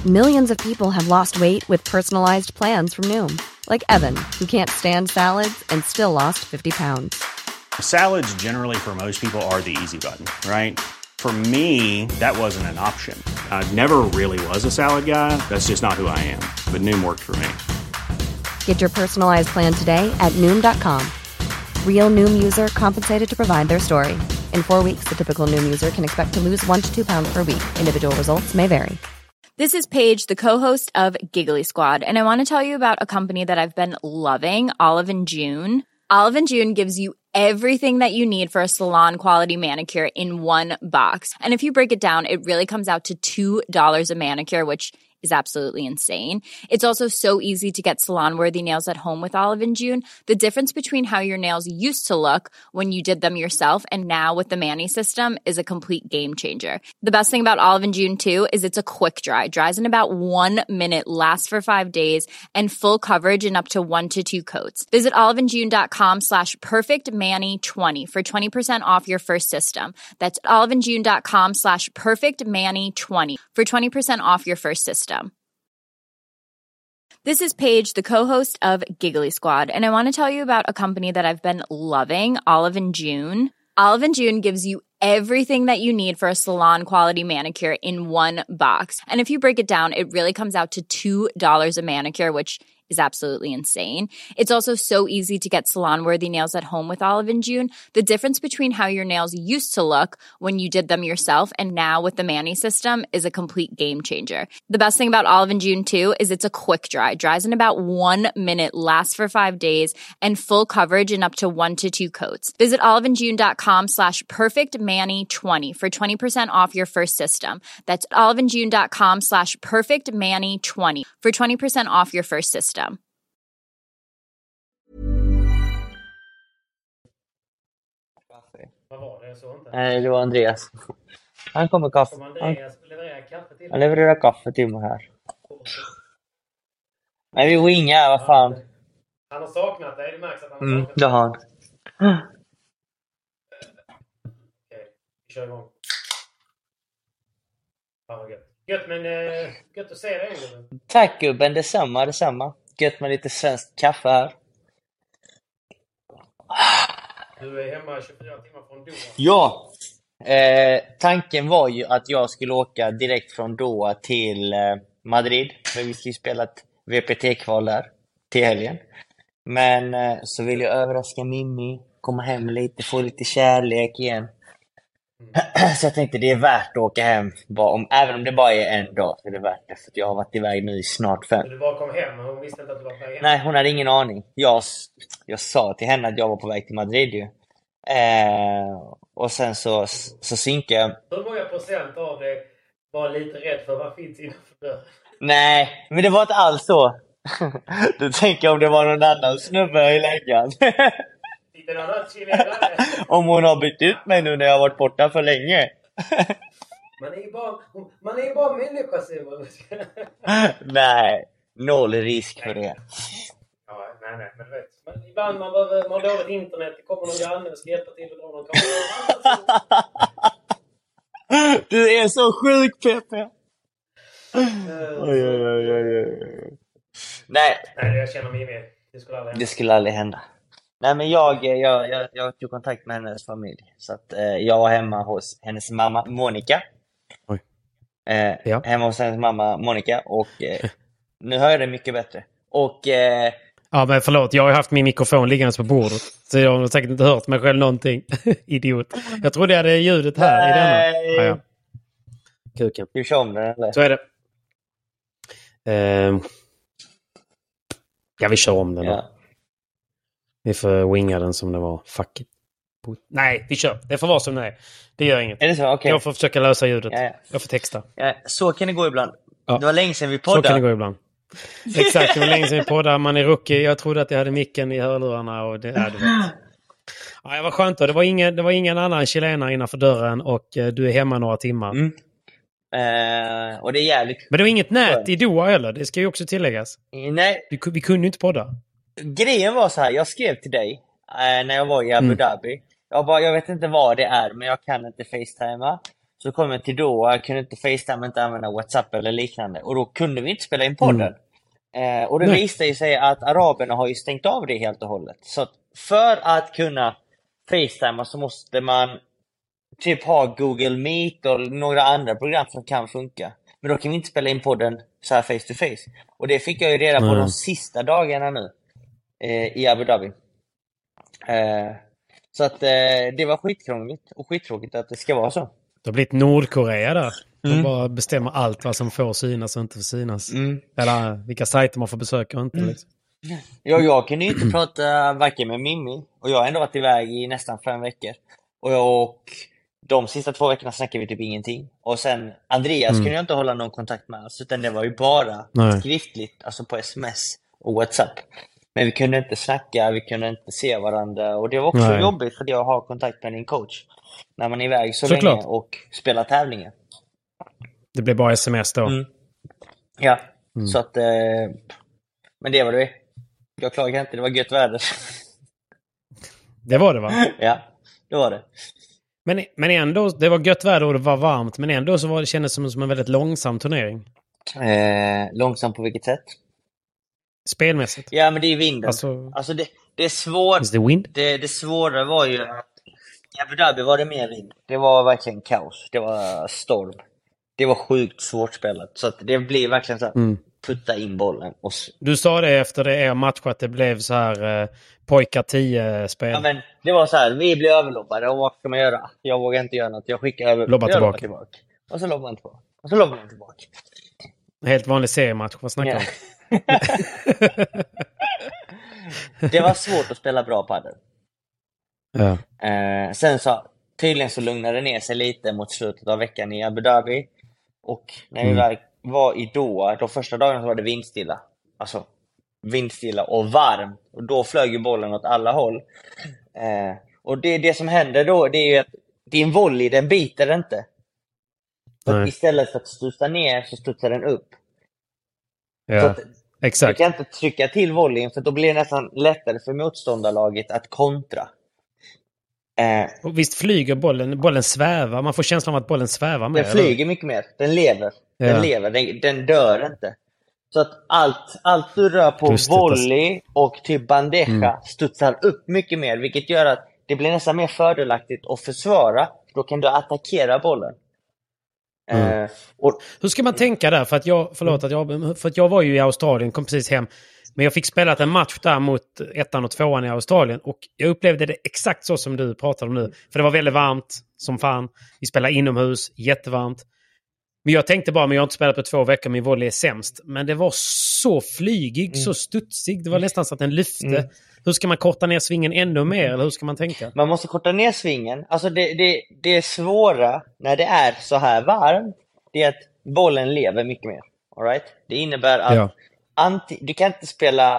Millions of people have lost weight with personalized plans from Noom. Like Evan, who can't stand salads and still lost 50 pounds. Salads generally for most people are the easy button, right? For me, that wasn't an option. I never really was a salad guy. That's just not who I am. But Noom worked for me. Get your personalized plan today at Noom.com. Real Noom user compensated to provide their story. In 4 weeks, the typical Noom user can expect to lose 1 to 2 pounds per week. Individual results may vary. This is Paige, the co-host of Giggly Squad, and I want to tell you about a company that I've been loving, Olive & June. Olive & June gives you everything that you need for a salon-quality manicure in one box. And if you break it down, it really comes out to $2 a manicure, which is absolutely insane. It's also so easy to get salon-worthy nails at home with Olive & June. The difference between how your nails used to look when you did them yourself and now with the Mani system is a complete game changer. The best thing about Olive & June, too, is it's a quick dry. Dries in about 1 minute, lasts for 5 days, and full coverage in up to 1 to 2 coats. Visit oliveandjune.com/perfectmani20 for 20% off your first system. That's oliveandjune.com/perfectmani20 for 20% off your first system. This is Paige, the co-host of Giggly Squad, and I want to tell you about a company that I've been loving, Olive & June. Olive & June gives you everything that you need for a salon-quality manicure in one box. And if you break it down, it really comes out to $2 a manicure, which is absolutely insane. It's also so easy to get salon-worthy nails at home with Olive & June. The difference between how your nails used to look when you did them yourself and now with the Mani system is a complete game changer. The best thing about Olive & June, too, is it's a quick dry. Dries in about 1 minute, lasts for 5 days, and full coverage in up to 1 to 2 coats. Visit oliveandjune.com/perfectmani20 for 20% off your first system. That's oliveandjune.com/perfectmani20 for 20% off your first system. Vad var det? Jag såg inte. Nej, det var Andreas. Han kommer kaffe. Som Andreas levererar kaffe till. Han levererar kaffe till mig här. Men vi wingar, vad fan. Han har saknat dig, det märks att han har saknat det har han. Okej, vi kör igång. Fan vad gött. Gött, men gött att se dig. Tack gubben, detsamma. Gött med lite svenskt kaffe här. Du är hemma 24 timmar från Doha. Ja, tanken var ju att jag skulle åka direkt från Doha till Madrid. För vi skulle spela ett VPT-kval där till helgen. Men så vill jag överraska Mimmi, komma hem lite, få lite kärlek igen. Så jag tänkte det är värt att åka hem. Även om det bara är en dag så är det värt det. För jag har varit iväg nu i snart 5. Du bara kom hem och hon visste inte att du var på väg hem? Nej, hon hade ingen aning. Jag sa till henne att jag var på väg till Madrid ju. Och sen så synkade jag. Hur många procent av dig var lite rädd för vad finns innanför dörren? Nej, men det var inte alls så. Du tänker om det var någon annan snubbe i läggan. Om hon har bytt ut mig nu när jag har varit borta för länge. Man är ju bara människa, Simon. Nej, noll risk för det. Ja, nej, men du vet. Men ibland man har dåligt internet, det kommer någon granne och ska hjälpa till att dra någon kamera. Du är så sjuk, Pepe. Oj. Nej, jag känner mig med. Det skulle aldrig hända. Nej, men jag tog kontakt med hennes familj. Så att jag var hemma hos hennes mamma Monica. Oj. Ja. Hemma hos hennes mamma Monica. Och nu hör jag det mycket bättre. Och ja, men förlåt, jag har haft min mikrofon liggande på bordet. Så jag har säkert inte hört mig själv någonting. Idiot. Jag trodde jag hade ljudet här i denna. Ja. Kuken. Du kör om den, eller? Så är det. Ja, vi kör om den då. Vi får winga den som det var. Fuck it. Nej, vi kör. Det får vara som det är. Det gör inget. Är det så? Okay. Jag får försöka lösa ljudet. Ja. Jag får texta. Ja, så kan det gå ibland. Ja. Det var länge sedan vi poddade. Så kan det gå ibland. Exakt, det var länge sedan vi poddade. Man är rookie. Jag trodde att jag hade micken i hörlurarna. Och det är det. Ja, det var skönt då. Det var ingen annan chilenare innanför dörren. Och du är hemma några timmar. Och det är jävligt. Men det var inget nät i Doha heller. Det ska ju också tilläggas. Nej. Vi kunde ju inte podda. Grejen var så här. Jag skrev till dig när jag var i Abu Dhabi. Jag vet inte vad det är, men jag kan inte facetima. Så kom jag till Doha, jag kunde inte FaceTime, inte använda WhatsApp eller liknande. Och då kunde vi inte spela in podden. Och det visade ju sig att araberna har ju stängt av det helt och hållet. Så att för att kunna FaceTime så måste man typ ha Google Meet och några andra program som kan funka. Men då kan vi inte spela in podden så här face to face. Och det fick jag ju reda på de sista dagarna nu i Abu Dhabi. Så att det var skitkrångligt och skittråkigt att det ska vara så. Det har blivit Nordkorea där. De bara bestämmer allt vad som får synas och inte får synas. Eller vilka sajter man får besöka och inte. Liksom. Ja, jag kunde ju inte prata varken med Mimmi. Och jag har ändå varit iväg i nästan 5 veckor. Och de sista 2 veckorna snackade vi typ ingenting. Och sen Andreas kunde jag inte hålla någon kontakt med oss. Utan det var ju bara skriftligt. Alltså på sms och WhatsApp. Men vi kunde inte snacka, vi kunde inte se varandra. Och det var också jobbigt för jag har kontakt med din coach. När man är iväg så länge och spelar tävlingar. Det blev bara sms då. Ja, så att... men det var det. Jag klagar inte, det var gött väder. Det var det, va? Ja, det var det. Men ändå, det var gött väder och det var varmt. Men ändå så det kändes som en väldigt långsam turnering. Långsam på vilket sätt? Spelmässigt. Ja, men det är vinden. Alltså det är svårt. Is the wind? Det svåra var ju att i Abu Dhabi var det mer vind. Det var verkligen kaos. Det var storm. Det var sjukt svårt spelat. Så att det blev verkligen så här, putta in bollen. Du sa det efter er match att det blev så här pojkar 10-spel. Ja, men det var så här, vi blev överloppade. Och vad ska man göra? Jag vågar inte göra något. Jag skickar över. Lobba tillbaka. Och så lobbar man tillbaka. Och så lobbar man tillbaka. Helt vanlig seriematch. Vad snackar om? Det var svårt att spela bra padel. Ja. Sen så tydligen så lugnade det ner sig lite mot slutet av veckan i Abu Dhabi. Och när vi väl var i Doha, de första dagarna så var det vindstilla. Alltså vindstilla och varmt. Och då flög ju bollen åt alla håll. Och det som händer då, det är ju att din volley, den biter inte. Så istället för att studsa ner så studsar den upp. Ja, exakt. Du kan inte trycka till volleyn för då blir det nästan lättare för motståndarlaget att kontra. Och visst flyger bollen svävar. Man får känslan av att bollen svävar med. Den flyger mycket mer. Den lever. Den dör inte. Så att allt du rör på volley och typ bandeja studsar upp mycket mer. Vilket gör att det blir nästan mer fördelaktigt att försvara. Då kan du attackera bollen. Hur ska man tänka där? För att jag var ju i Australien, kom precis hem. Men jag fick spela en match där mot 1:an och 2:an i Australien. Och jag upplevde det exakt så som du pratar om nu. För det var väldigt varmt som fan. Vi spelade inomhus, jättevarmt. Men jag tänkte bara, men jag har inte spelat på 2 veckor, min volley är sämst. Men det var så flygig, så studsig. Det var nästan så att den lyfte. Hur ska man korta ner svingen ännu mer? Eller hur ska man tänka? Man måste korta ner svingen. Alltså det svåra när det är så här varmt, det är att bollen lever mycket mer. All right? Det innebär att du kan inte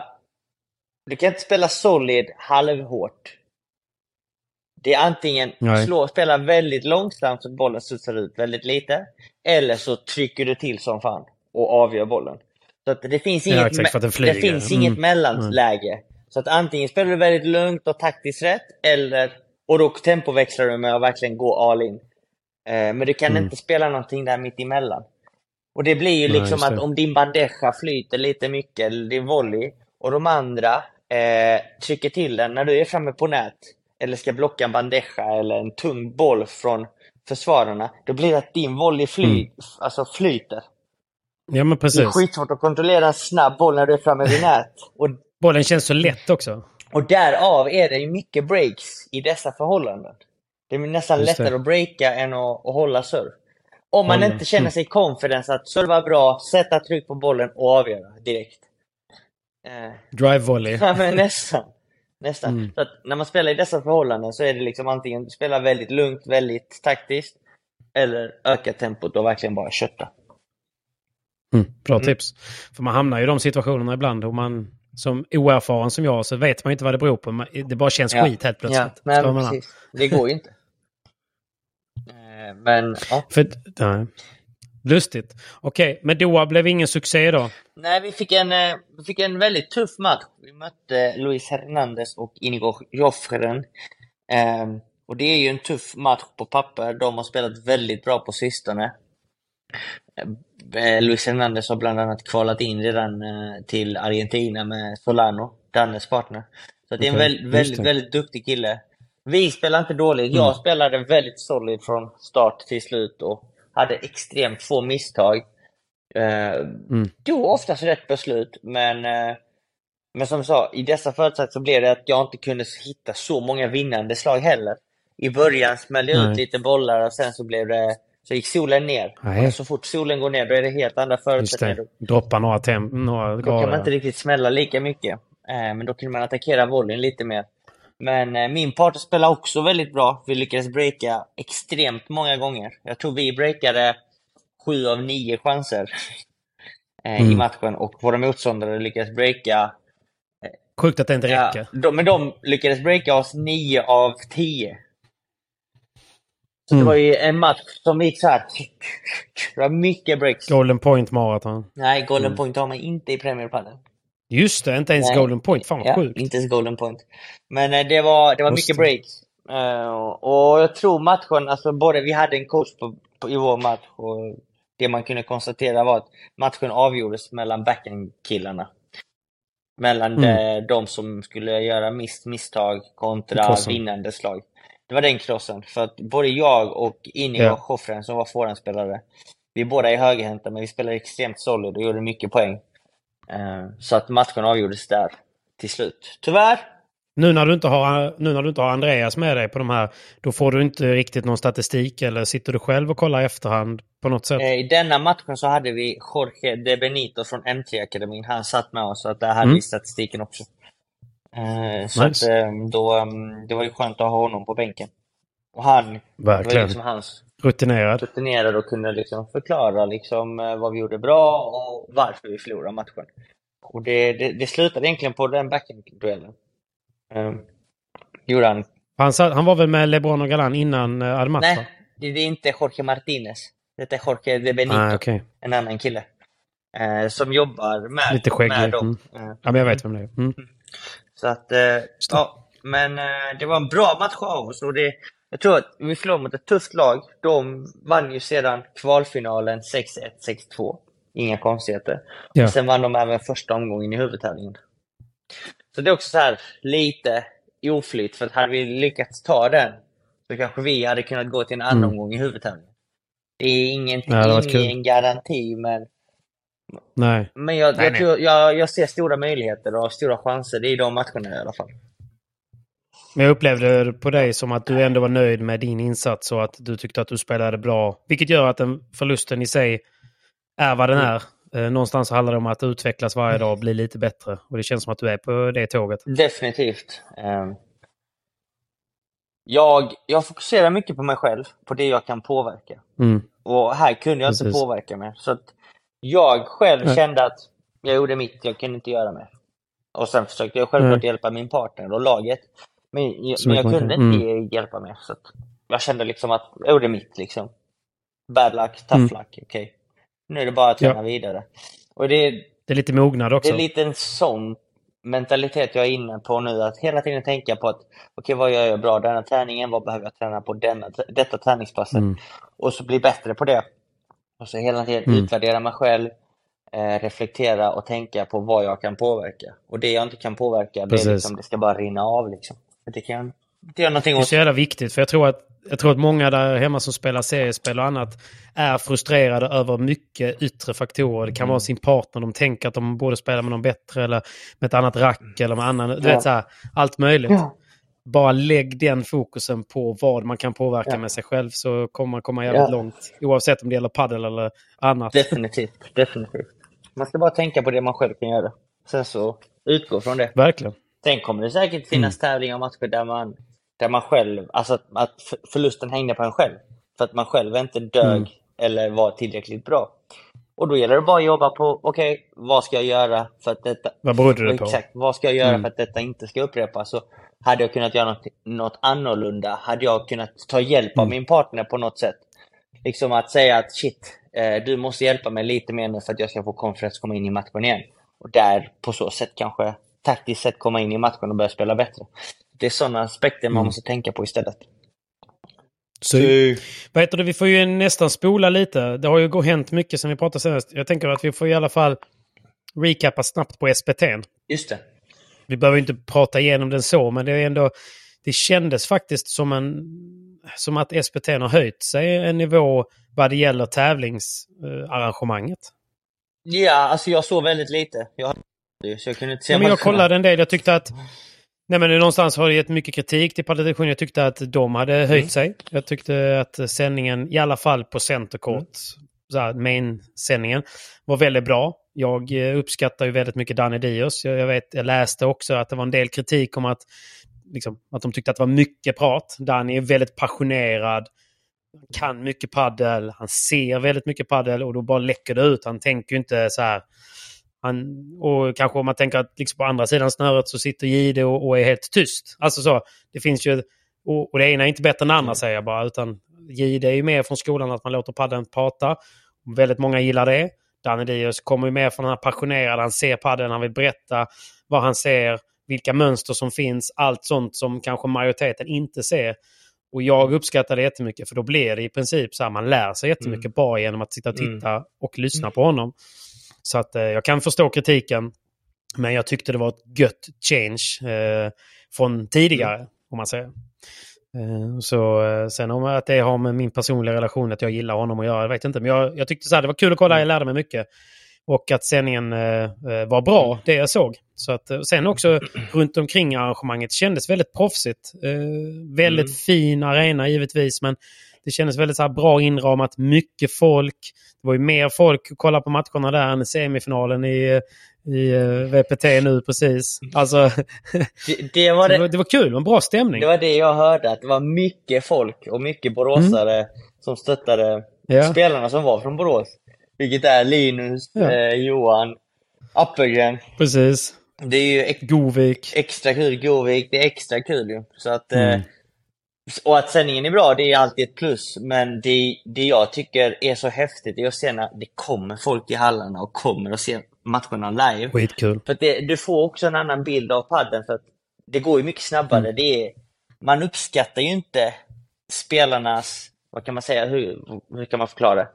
spela solid halvhårt. Det är antingen spela väldigt långsamt så att bollen studsar ut väldigt lite, eller så trycker du till som fan och avgör bollen. Så att det finns inget mellanläge. Så att antingen spelar du väldigt lugnt och taktiskt rätt, och då tempoväxlar du med att verkligen gå all in. Men du kan inte spela någonting där mitt emellan. Och det blir ju liksom att om din bandeja flyter lite mycket, eller din volley, och de andra trycker till den när du är framme på nät, eller ska blocka en bandeja eller en tung boll från försvararna, då blir det att din volley flyter. Ja, men precis. Det är skitsvårt att kontrollera en snabb boll när du är framme vid nät. Och bollen känns så lätt också. Och därav är det ju mycket breaks i dessa förhållanden. Det är nästan lättare att breaka än att hålla serv. Om man inte känner sig confidence att serva bra, sätta tryck på bollen och avgöra direkt. Drive volley. Ja, men nästan. Så att när man spelar i dessa förhållanden så är det liksom antingen spela väldigt lugnt, väldigt taktiskt, eller öka tempot och verkligen bara kötta. Bra tips. För man hamnar ju i de situationerna ibland och man, som oerfaren som jag, så vet man inte vad det beror på. Det bara känns skit helt plötsligt. Ja, men precis. Det går ju inte. Men ja. Lustigt. Okej, men Doha blev ingen succé då? Nej, vi fick en väldigt tuff match. Vi mötte Luis Hernandez och Inigo Joffren. Och det är ju en tuff match på papper. De har spelat väldigt bra på sistone. Luis Hernandez har bland annat kvalat in redan till Argentina med Solano, Dannes partner. Så det är en väldigt duktig kille. Vi spelar inte dåligt. Jag spelade väldigt solid från start till slut och hade extremt få misstag. Då oftast rätt beslut, men som jag sa, i dessa förutsättningar så blev det att jag inte kunde hitta så många vinnande slag heller. I början smällde jag ut lite bollar och sen så gick solen ner. Och så fort solen går ner då är det helt andra förutsättningar. Droppa några grader. Då kan man inte riktigt smälla lika mycket. Men då kan man attackera volleyn lite mer. Men min partner spelar också väldigt bra. Vi lyckades breaka extremt många gånger. Jag tror vi breakade 7 av 9 chanser i matchen. Och våra motståndare lyckades breaka... Sjukt att det inte räcker. Men de lyckades breaka oss 9 av 10. Så det var ju en match som gick så här. Det var mycket breaks. Golden Point marathon. Nej, Golden Point har man inte i Premier Padel. Just det, inte ens Golden Point. Fan vad sjukt. Inte ens Golden Point. Men det var mycket breaks. Och jag tror matchen, alltså vi hade en coach i vår match. Och det man kunde konstatera var att matchen avgjordes mellan backhand-killarna. Mellan de som skulle göra misstag kontra vinnande slag. Det var den krossen. För att både jag och Inigo Joffren som var forehandspelare, vi båda är högerhänta men vi spelade extremt solid och gjorde mycket poäng. Så att matchen avgjordes där till slut. Tyvärr. Nu när du inte har Andreas med dig på de här, då får du inte riktigt någon statistik, eller sitter du själv och kollar i efterhand på något sätt? I denna matchen så hade vi Jorge de Benito från M3-akademin. Han satt med oss, så att där hade vi statistiken också. Så nice. Att, det var ju skönt att ha honom på bänken. Och han var liksom hans rutinerad och kunde liksom förklara liksom vad vi gjorde bra och varför vi förlorade matchen. Och det slutade egentligen på den backhand-duellen. Han var väl med LeBron och Galan innan Admat? Nej, det är inte Jorge Martinez. Det är Jorge de Benito. En annan kille. Som jobbar med, lite skäggig. Med dem. Ja, men jag vet vem det är. Så att, men det var en bra match av oss. Och jag tror att vi förlorade mot ett tufft lag. De vann ju sedan kvalfinalen 6-1, 6-2. Inga konstigheter. Och sen vann de även första omgången i huvudtävlingen. Så det är också så här lite oflytt. För att hade vi lyckats ta den så kanske vi hade kunnat gå till en annan omgång i huvudtävlingen. Det är ingen garanti, men... Nej. Men jag ser stora möjligheter och stora chanser. Det är de matcherna i alla fall. Men jag upplevde på dig som att du ändå var nöjd med din insats och att du tyckte att du spelade bra. Vilket gör att den förlusten i sig är vad den är. Någonstans handlar det om att utvecklas varje dag och bli lite bättre. Och det känns som att du är på det tåget. Definitivt. Jag fokuserar mycket på mig själv. På det jag kan påverka. Och här kunde jag inte påverka mer. Så att jag själv kände att jag gjorde mitt, jag kunde inte göra mer. Och sen försökte jag självklart hjälpa min partner och laget. Men jag kunde inte hjälpa mer. Så att jag kände liksom att jag gjorde mitt liksom. Bad luck, tough luck, okej. Nu är det bara att träna vidare. Och det är lite mognad också. Det är lite en sån mentalitet jag är inne på nu. Att hela tiden tänka på att okej, vad gör jag bra denna träningen? Vad behöver jag träna på detta träningspasset? Och så bli bättre på det. Och så hela tiden utvärdera mig själv. Reflektera och tänka på vad jag kan påverka. Och det jag inte kan påverka, det är liksom, det ska bara rinna av liksom. Det är så jävla viktigt, för jag tror att många där hemma som spelar seriespel och annat är frustrerade över mycket yttre faktorer. Det kan vara sin partner, de tänker att de borde spela med någon bättre eller med ett annat rack eller med annan, du vet så här, allt möjligt. Bara lägg den fokusen på vad man kan påverka med sig själv, så kommer man komma jävligt långt, oavsett om det gäller paddel eller annat. Definitivt. Man ska bara tänka på det man själv kan göra. Sen så utgå från det. Verkligen. Sen kommer det säkert finnas tävlingar och matcher där man själv, alltså att förlusten hängde på en själv. För att man själv inte dög eller var tillräckligt bra. Och då gäller det bara att jobba på, okej, vad ska jag göra för att detta... Vad berodde det på? Exakt, vad ska jag göra för att detta inte ska upprepas? Så hade jag kunnat göra något annorlunda, hade jag kunnat ta hjälp av min partner på något sätt. Liksom att säga att shit, du måste hjälpa mig lite mer nu för att jag ska få konferens komma in i matchen igen. Och där på så sätt kanske taktiskt sett komma in i matchen och börja spela bättre. Det är sådana aspekter man måste tänka på istället. Vad heter det? Vi får ju nästan spola lite. Det har ju hänt mycket sen vi pratade senast. Jag tänker att vi får i alla fall recappa snabbt på SPT:n. Just det. Vi behöver inte prata igenom den så, men det är ändå, det kändes faktiskt som att SPT:n har höjt sig en nivå vad det gäller tävlingsarrangemanget. Ja, alltså jag såg väldigt lite. Så jag kunde inte se. Men jag kollade en del. Jag tyckte att någonstans har det gett mycket kritik till Paddeldivisionen. Jag tyckte att de hade höjt sig. Jag tyckte att sändningen, i alla fall på centerkort, main-sändningen, var väldigt bra. Jag uppskattar ju väldigt mycket Danny Dios. Jag läste också att det var en del kritik om att de tyckte att det var mycket prat. Danny är väldigt passionerad. Han kan mycket paddel. Han ser väldigt mycket paddel och då bara läcker det ut. Han tänker ju inte så här. Och kanske om man tänker att liksom på andra sidan snöret så sitter Gide och är helt tyst. Alltså så, det finns ju, och det ena är inte bättre än det andra säger jag bara, utan Gide är ju med från skolan att man låter paddeln prata. Väldigt många gillar det. Danny Dios kommer ju med från den här passionerade, han ser paddeln, han vill berätta vad han ser, vilka mönster som finns, allt sånt som kanske majoriteten inte ser. Och jag uppskattar det jättemycket, för då blir det i princip så här, man lär sig jättemycket bara genom att sitta och titta och lyssna på honom. Så att jag kan förstå kritiken, men jag tyckte det var ett gött change från tidigare, om man säger. Så sen om att det har med min personliga relation att jag gillar honom och jag vet inte, men jag tyckte så här, det var kul att kolla, jag lärde mig mycket. Och att sändningen var bra, det jag såg. Så att sen också runt omkring arrangemanget kändes väldigt proffsigt. Väldigt fin arena givetvis, men det kändes väldigt så här bra inramat, mycket folk. Det var ju mer folk att kolla på matcherna där än semifinalen i VPT nu precis. Alltså, det var kul, en bra stämning. Det var det jag hörde, att det var mycket folk och mycket boråsare som stöttade spelarna som var från Borås. Vilket är Linus, Johan, Appelgren. Precis. Det är ju Govik. Extra kul, Govik, det är extra kul ju. Så att, och att sändningen är bra, det är alltid ett plus. Men det jag tycker är så häftigt är att se när det kommer folk i hallarna och kommer att se matcherna live. Skitkul. För att du får också en annan bild av padden, för att det går ju mycket snabbare. Man uppskattar ju inte spelarnas, vad kan man säga, hur kan man förklara?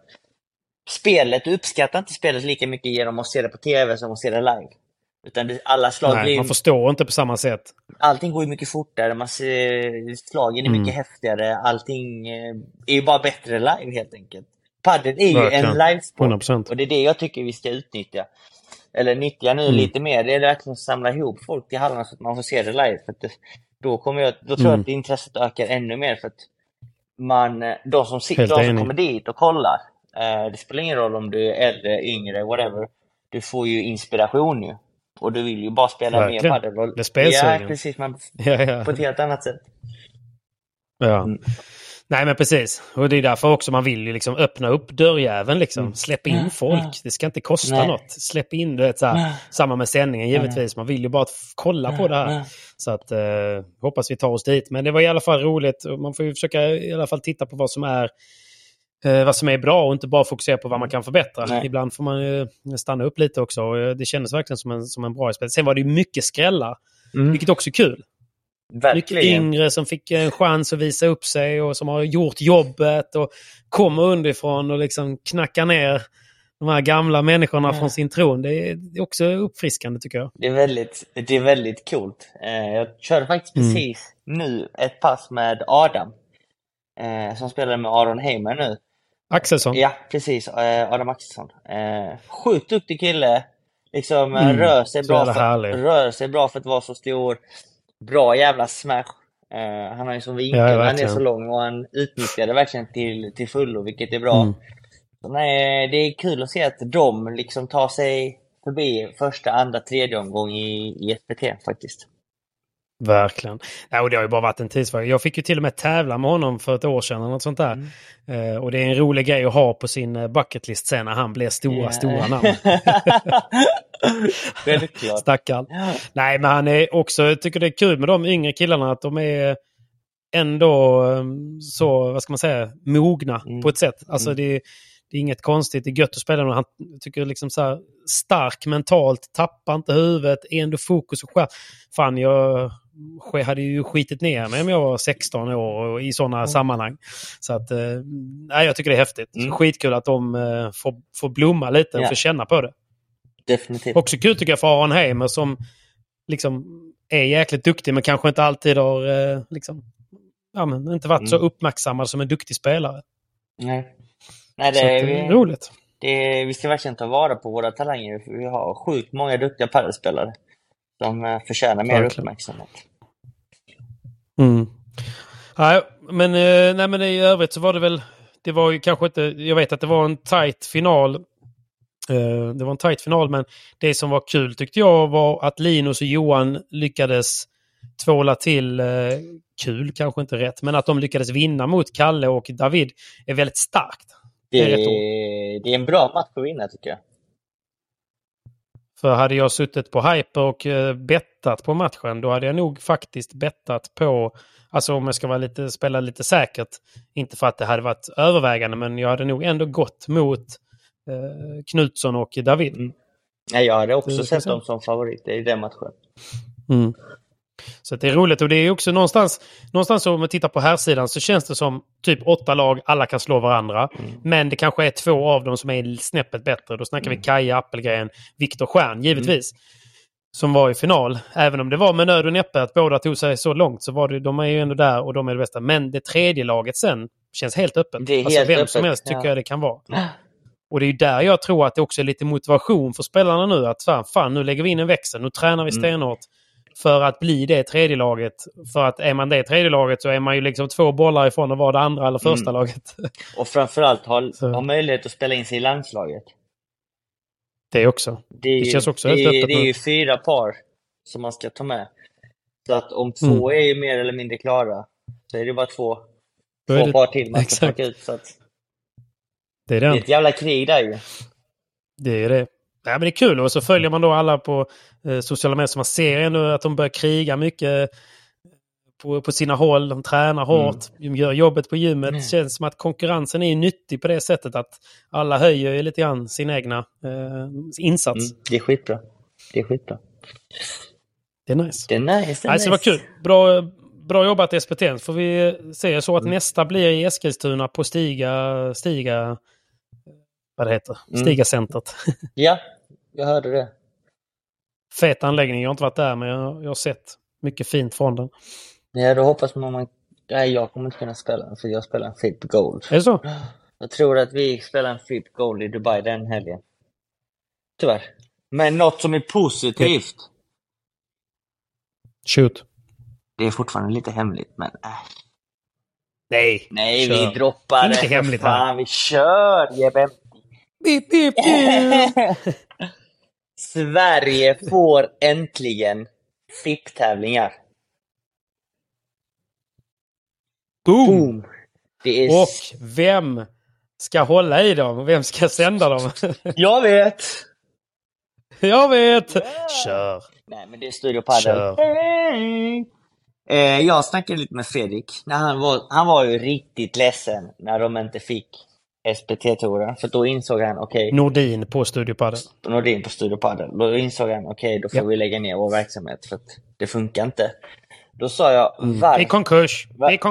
Du uppskattar inte spelet lika mycket genom att se det på tv som att se det live. Utan alla slag man förstår inte på samma sätt. Allting går ju mycket fortare, man ser slagen är mycket häftigare. Allting är ju bara bättre live helt enkelt. Padel är ju en livesport 100%. Och det är det jag tycker vi ska utnyttja. Eller nyttja nu lite mer. Det är verkligen att samla ihop folk till hallarna så att man får se det live. För att då tror jag att intresset ökar ännu mer. För att de som kommer dit och kollar, det spelar ingen roll om du är äldre, yngre, whatever. Du får ju inspiration ju. Och du vill ju bara spela mer padel. Det spelar precis, på ett helt annat sätt. Ja. Nej, men precis. Och det är därför också man vill ju liksom öppna upp dörrjäveln liksom. Släpp in folk. Det ska inte kosta något. Släpp in det samma med sändningen givetvis. Man vill ju bara kolla på det här. Så att hoppas vi tar oss dit. Men det var i alla fall roligt. Man får ju försöka i alla fall titta på vad som är bra och inte bara fokusera på vad man kan förbättra. Nej. Ibland får man stanna upp lite också. Och det kändes verkligen som en bra spel. Sen var det ju mycket skrällar. Vilket också är kul. Verkligen. Mycket yngre som fick en chans att visa upp sig och som har gjort jobbet och kommer underifrån och liksom knackar ner de här gamla människorna från sin tron. Det är också uppfriskande tycker jag. Det är väldigt coolt. Jag körde faktiskt precis nu ett pass med Adam som spelade med Aron Heimer nu. Axelsson? Ja, precis. Adam Axelsson. Sjukt duktig kille. Liksom rör sig bra för att vara så stor. Bra jävla smash. Han har ju som vinkel, han är så lång och han utnyttjar det verkligen till fullo, vilket är bra. Så nej, det är kul att se att de liksom tar sig förbi första, andra, tredje omgång i SPT faktiskt. Verkligen. Ja, och det har ju bara varit en tidsfråga. Jag fick ju till och med tävla med honom för ett år sedan eller något sånt där. Och det är en rolig grej att ha på sin bucketlist sen när han blir stora namn. Stackarn. Nej, men han är också, jag tycker det är kul med de yngre killarna att de är ändå så, vad ska man säga, mogna på ett sätt. Alltså det är inget konstigt, det är gött att spela med. Han tycker liksom så här stark mentalt, tappar inte huvudet, är ändå fokus och skärp. Fan, hade ju skitit ner mig om jag var 16 år och i sådana sammanhang. Så att, jag tycker det är häftigt. Skitkul att de får blomma lite och får känna på det. Definitivt. Också kul tycker jag för Aron Heimer som liksom är jäkligt duktig men kanske inte alltid har inte varit så uppmärksammad som en duktig spelare. Nej, det är roligt. Vi ska verkligen ta vara på våra talanger. Vi har sjukt många duktiga padelspelare som förtjänar mer uppmärksamhet. Men i övrigt så var det väl, det var ju kanske inte, jag vet att det var en tight final. Det var en tight final, men det som var kul tyckte jag var att Linus och Johan lyckades tvåla till, kul kanske inte rätt, men att de lyckades vinna mot Kalle och David är väldigt starkt. Det är en bra match att vinna tycker jag. För hade jag suttit på Hyper och bettat på matchen, då hade jag nog faktiskt bettat på, alltså om jag ska spela lite säkert, inte för att det hade varit övervägande, men jag hade nog ändå gått mot Knutsson och David. Nej, jag hade också sett dem som favoriter i den matchen. Så det är roligt, och det är också någonstans om man tittar på här sidan så känns det som typ 8 lag, alla kan slå varandra. Men det kanske är 2 av dem som är snäppet bättre. Då snackar vi Kaja Appelgren, Viktor Stjärn, givetvis. Som var i final. Även om det var med nöd och näppe att båda tog sig så långt, så var det, de är ju ändå där och de är det bästa. Men det tredje laget sen känns helt öppet. Det är alltså helt vem öppet, som helst tycker jag det kan vara. Och det är ju där jag tror att det också är lite motivation för spelarna nu. Att fan nu lägger vi in en växel, nu tränar vi stenhårt för att bli det tredje laget. För att är man det tredje laget så är man ju liksom 2 bollar ifrån att vara det andra eller första laget. Och framförallt ha möjlighet att spela in sig i landslaget. Det också. Det känns också helt öppet. Det är ju 4 par som man ska ta med. Så att om 2 är ju mer eller mindre klara, så är det bara 2 par till man ska packa ut. Så att det är det är ett jävla krig där ju. Det är det. Ja, men det är kul, och så följer man då alla på sociala medier, så man ser ändå att de börjar kriga mycket på sina håll. De tränar hårt, de gör jobbet på gymmet. Det känns som att konkurrensen är nyttig på det sättet att alla höjer lite grann sin egna insats. Det är skitbra. Det är nice. Det var kul. Bra jobbat SPT. Får vi se så att nästa blir i Eskilstuna på Stiga vad det heter. Stiga-centret. Ja, jag hörde det. Fet anläggning. Jag har inte varit där, men jag har sett mycket fint från den. Ja, då hoppas man... Nej, jag kommer inte kunna spela den, för jag spelar en Flip Gold. Är det så? Jag tror att vi spelar en Flip Gold i Dubai den helgen. Tyvärr. Men något som är positivt. Shoot. Det är fortfarande lite hemligt, men... Nej, vi droppar inte det. Hemligt fan, här. vi kör, Jebbe. Beep, beep, beep. Sverige får äntligen FIP-tävlingar. Boom! Det är... Och vem ska hålla i dem? Vem ska sända dem? Jag vet! Kör! Nej, men det är Studio Padel. Jag snackade lite med Fredrik. När han var ju riktigt ledsen när de inte fick SPT-touren. För då insåg han, Nordin på Studio Padel. Då insåg han, då får vi lägga ner vår verksamhet. För att det funkar inte. Då sa jag, Det är konkurs.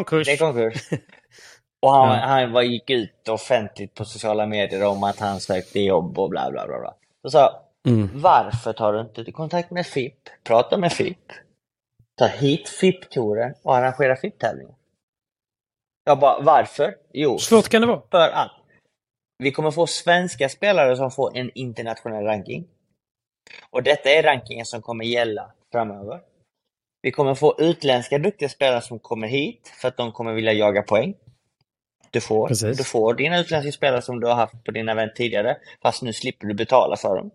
Och han gick ut offentligt på sociala medier om att han sökte jobb och bla bla bla bla. Då sa jag, varför tar du inte kontakt med FIP? Prata med FIP. Ta hit FIP-touren och arrangera FIP-tävlingar. Jag bara, varför? Jo, svårt kan det vara. För att vi kommer få svenska spelare som får en internationell ranking. Och detta är rankingen som kommer gälla framöver. Vi kommer få utländska duktiga spelare som kommer hit för att de kommer vilja jaga poäng. Du får dina utländska spelare som du har haft på dina event tidigare, fast nu slipper du betala för dem.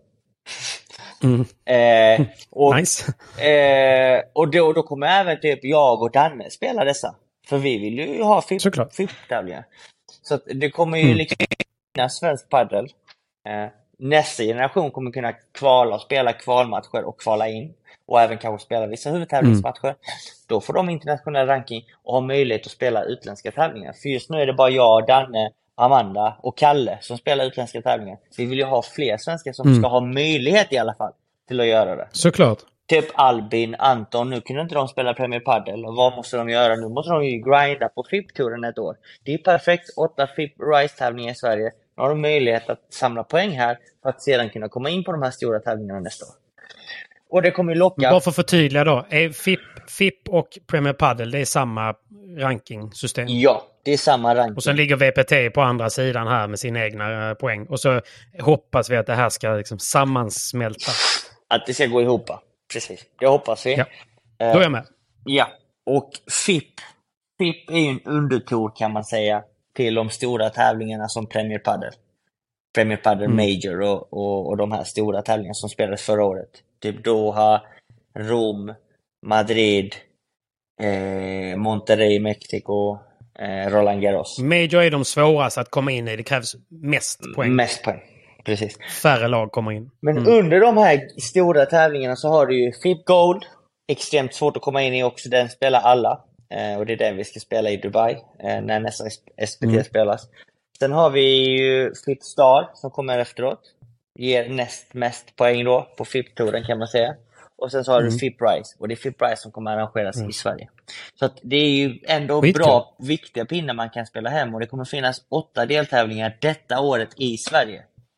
Nice. Och då kommer även typ jag och Danne spela dessa. För vi vill ju ha FIP-tävlingar. Så att det kommer ju liksom svensk paddel. Nästa generation kommer kunna kvala och spela kvalmatcher och kvala in. Och även kanske spela vissa huvudtävlingsmatcher. Då får de internationell ranking och har möjlighet att spela utländska tävlingar. För just nu är det bara jag, Danne, Amanda och Kalle som spelar utländska tävlingar. Vi vill ju ha fler svenskar som ska ha möjlighet i alla fall till att göra det. Såklart. typ Albin, Anton, nu kunde inte de spela Premier Padel. Och vad måste de göra? Nu måste de ju grinda på FIP-touren ett år. Det är perfekt, 8 FIP Rise-tävlingar i Sverige. Nu har de möjlighet att samla poäng här för att sedan kunna komma in på de här stora tävlingarna nästa år. Och det kommer ju locka... Bara för att förtydliga då, är FIP och Premier Padel, det är samma rankingsystem? Ja, det är samma ranking. Och sen ligger VPT på andra sidan här med sina egna poäng. Och så hoppas vi att det här ska liksom sammansmälta. Att det ska gå ihop. Precis, det hoppas vi. Ja. Då är jag med. Ja, och FIP är ju en undertour kan man säga till de stora tävlingarna som Premier Padel Major och de här stora tävlingarna som spelades förra året. Typ Doha, Rom, Madrid, Monterrey, Mexico, Roland Garros. Major är de svåraste att komma in i. Det krävs mest poäng. Mest poäng, precis. Färre lag kommer in. Men under de här stora tävlingarna så har du ju FIP Gold. Extremt svårt att komma in i också. Den spelar alla. Och det är den vi ska spela i Dubai när nästa SPT spelas. Sen har vi ju FIP Star som kommer efteråt. Ger näst mest poäng då på FIP-touren kan man säga. Och sen så har du FIP Rise. Och det är FIP Rise som kommer arrangeras i Sverige. Så att det är ju ändå bra, viktiga pinnar man kan spela hem. Och det kommer finnas 8 deltävlingar detta året i Sverige.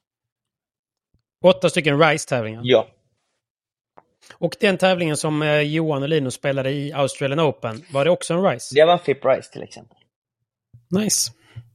8 stycken Rise-tävlingar? Ja. Och den tävlingen som Johan och Linus spelade i Australian Open, var det också en Rise? Det var en FIP Rise till exempel. Nice.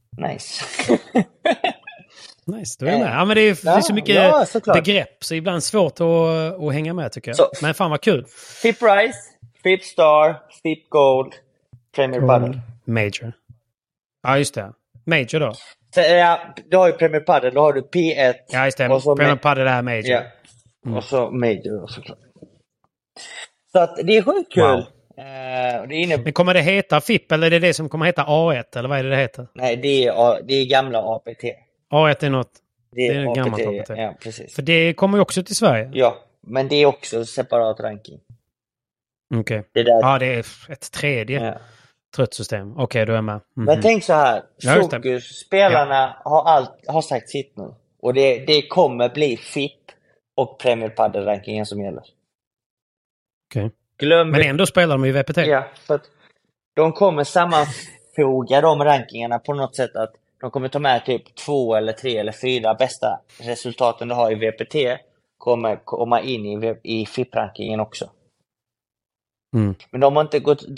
Nice, då är jag med. Ja, men det är så mycket begrepp så ibland svårt att hänga med tycker jag. Så, men fan vad kul. FIP Rise, FIP Star, FIP Gold, Premier Padel. Major. Ja, just det. Major då. Så, du har ju Premier Padel, då har du P1. Ja, just det. Premier Padel är Major. Ja. Och så Major såklart. Så att det är sjukt kul. Wow. Men kommer det heta FIP eller är det som kommer heta A1 eller vad är det heter? Nej, det är gamla APT. A1 är något. Det är APT, gammalt APT. Ja, precis. För det kommer ju också till Sverige. Ja, men det är också separat ranking. Okej. Ja, det är ett tredje trött system. Okej, då är jag med. Men tänk så här. Spelarna har sagt sitt nu. Och det kommer bli FIP och Premier Padel-rankingen som gäller. Okej. Men ändå spelar de ju VPT. Ja, för att de kommer sammanfoga de rankingarna på något sätt att de kommer ta med typ 2 eller 3 eller 4 bästa resultaten du har i VPT kommer komma in i FIP-rankingen också. Men de har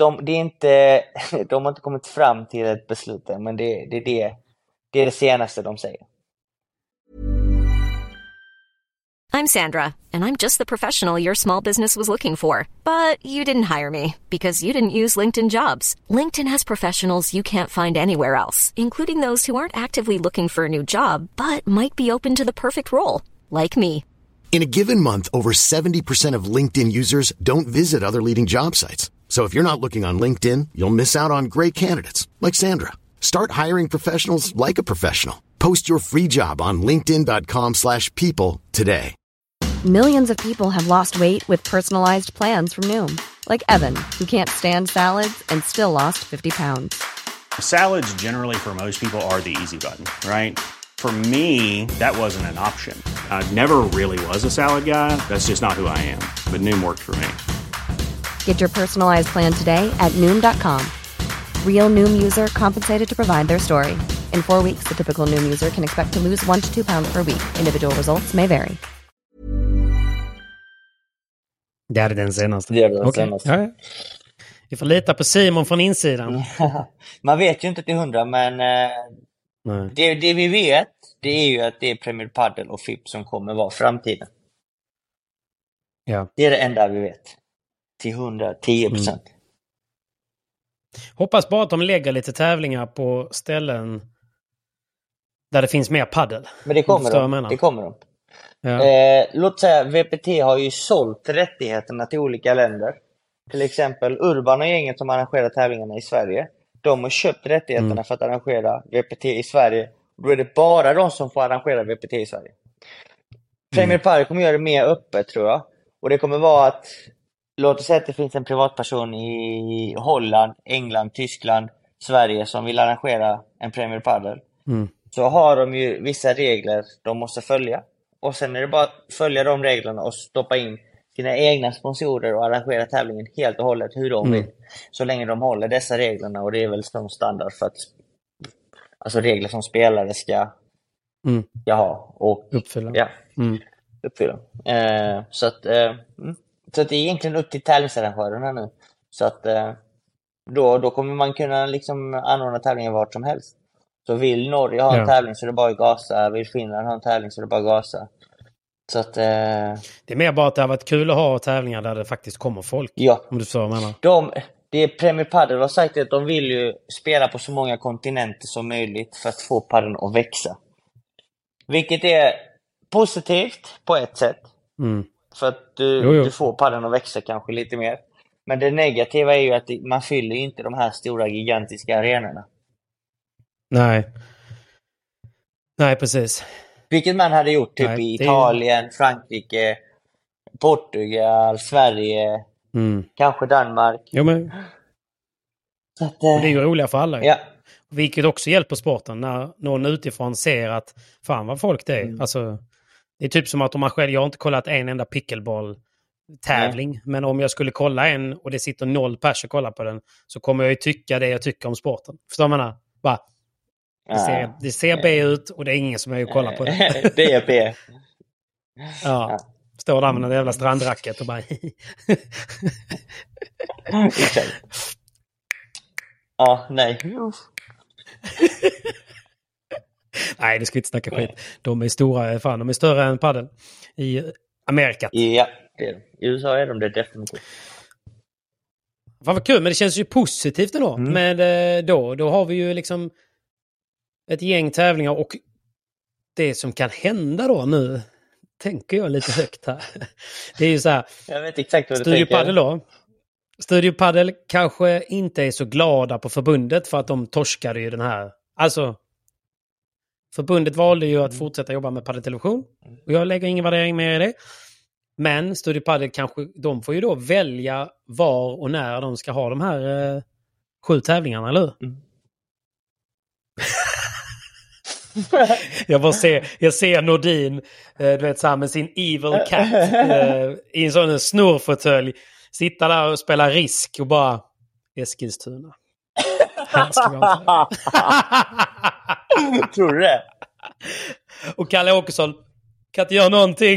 inte kommit fram till ett beslut än, men det är det senaste de säger. I'm Sandra, and I'm just the professional your small business was looking for. But you didn't hire me because you didn't use LinkedIn Jobs. LinkedIn has professionals you can't find anywhere else, including those who aren't actively looking for a new job, but might be open to the perfect role, like me. In a given month, over 70% of LinkedIn users don't visit other leading job sites. So if you're not looking on LinkedIn, you'll miss out on great candidates, like Sandra. Start hiring professionals like a professional. Post your free job on linkedin.com/people today. Millions of people have lost weight with personalized plans from Noom. Like Evan, who can't stand salads and still lost 50 pounds. Salads generally for most people are the easy button, right? For me, that wasn't an option. I never really was a salad guy. That's just not who I am. But Noom worked for me. Get your personalized plan today at Noom.com. Real Noom user compensated to provide their story. In 4 weeks, the typical Noom user can expect to lose 1 to 2 pounds per week. Individual results may vary. Det är den senaste. Det är den senaste. Ja. Vi får lita på Simon från insidan. Man vet ju inte till 100, men det vi vet, det är ju att det är Premier Padel och FIP som kommer vara framtiden. Ja. Det är det enda vi vet. Till 110%. Hoppas bara att de lägger lite tävlingar på ställen där det finns mer paddel. Men det kommer de. Ja. Låt säga, VPT har ju sålt rättigheterna till olika länder. Till exempel Urban och gänget som arrangerar tävlingarna i Sverige. De har köpt rättigheterna för att arrangera VPT i Sverige. Då är det bara de som får arrangera VPT i Sverige. Premier Padel kommer göra det mer öppet, tror jag. Och det kommer vara att, låt oss säga att det finns en privatperson i Holland, England, Tyskland, Sverige som vill arrangera en Premier Padel. Så har de ju vissa regler de måste följa. Och sen är det bara att följa de reglerna och stoppa in sina egna sponsorer och arrangera tävlingen helt och hållet hur de vill. Så länge de håller dessa reglerna, och det är väl som standard för att alltså regler som spelare ska ha och uppfylla. Ja, uppfylla. Så att det är egentligen upp till tävlingsarrangörerna nu. Så att då kommer man kunna liksom anordna tävlingar vart som helst. Så vill Norge ha en tävling så är det bara att gasa. Vill Finland ha en tävling så är det bara att gasa. Så att, det är mer bara att det har varit kul att ha tävlingar där det faktiskt kommer folk. Ja. Om du förstår vad jag menar. Det Premier Padel har sagt att de vill ju spela på så många kontinenter som möjligt för att få paddeln att växa. Vilket är positivt på ett sätt. För att du får paddeln att växa kanske lite mer. Men det negativa är ju att man fyller inte de här stora gigantiska arenorna. Nej, precis. Vilket man hade gjort typ i Italien, Frankrike, Portugal, Sverige, kanske Danmark. Jo, men så att, det är ju roliga för alla. Ja. Vilket också hjälper sporten när någon utifrån ser att fan vad folk det är. Alltså, det är typ som att om man själv, jag har inte kollat en enda pickleball-tävling. Men om jag skulle kolla en och det sitter 0 pers och kollar på den, så kommer jag ju tycka det jag tycker om sporten. Förstår man? Bara, det ser B ut och det är ingen som är och kollar på det. Det är B. Ja. Står där med den jävla strandracket och bara... Ja, nej. Nej, det ska inte snacka skit. De är stora, fan, de är större än padel i Amerika. Ja, det är de. I USA är de det definitivt. Fan vad kul, men det känns ju positivt ändå. Men då har vi ju liksom ett gäng tävlingar och det som kan hända då nu, tänker jag lite högt här. Det är ju så här. Jag vet exakt vad du Studio tänker. Padel då. Studio Padel kanske inte är så glada på förbundet för att de torskade ju den här. Alltså, förbundet valde ju att fortsätta jobba med padeltelevision. Och jag lägger ingen värdering mer i det. Men Studio Padel kanske, de får ju då välja var och när de ska ha de här 7 tävlingarna, eller hur? Jag ser Nordin, du vet så här, med sin evil cat i en sån snurrfåtölj sitta där och spela Risk och bara Eskilstuna. Här ska vi ha. Tror du det? Och Kalle Åkesson kan inte göra någonting.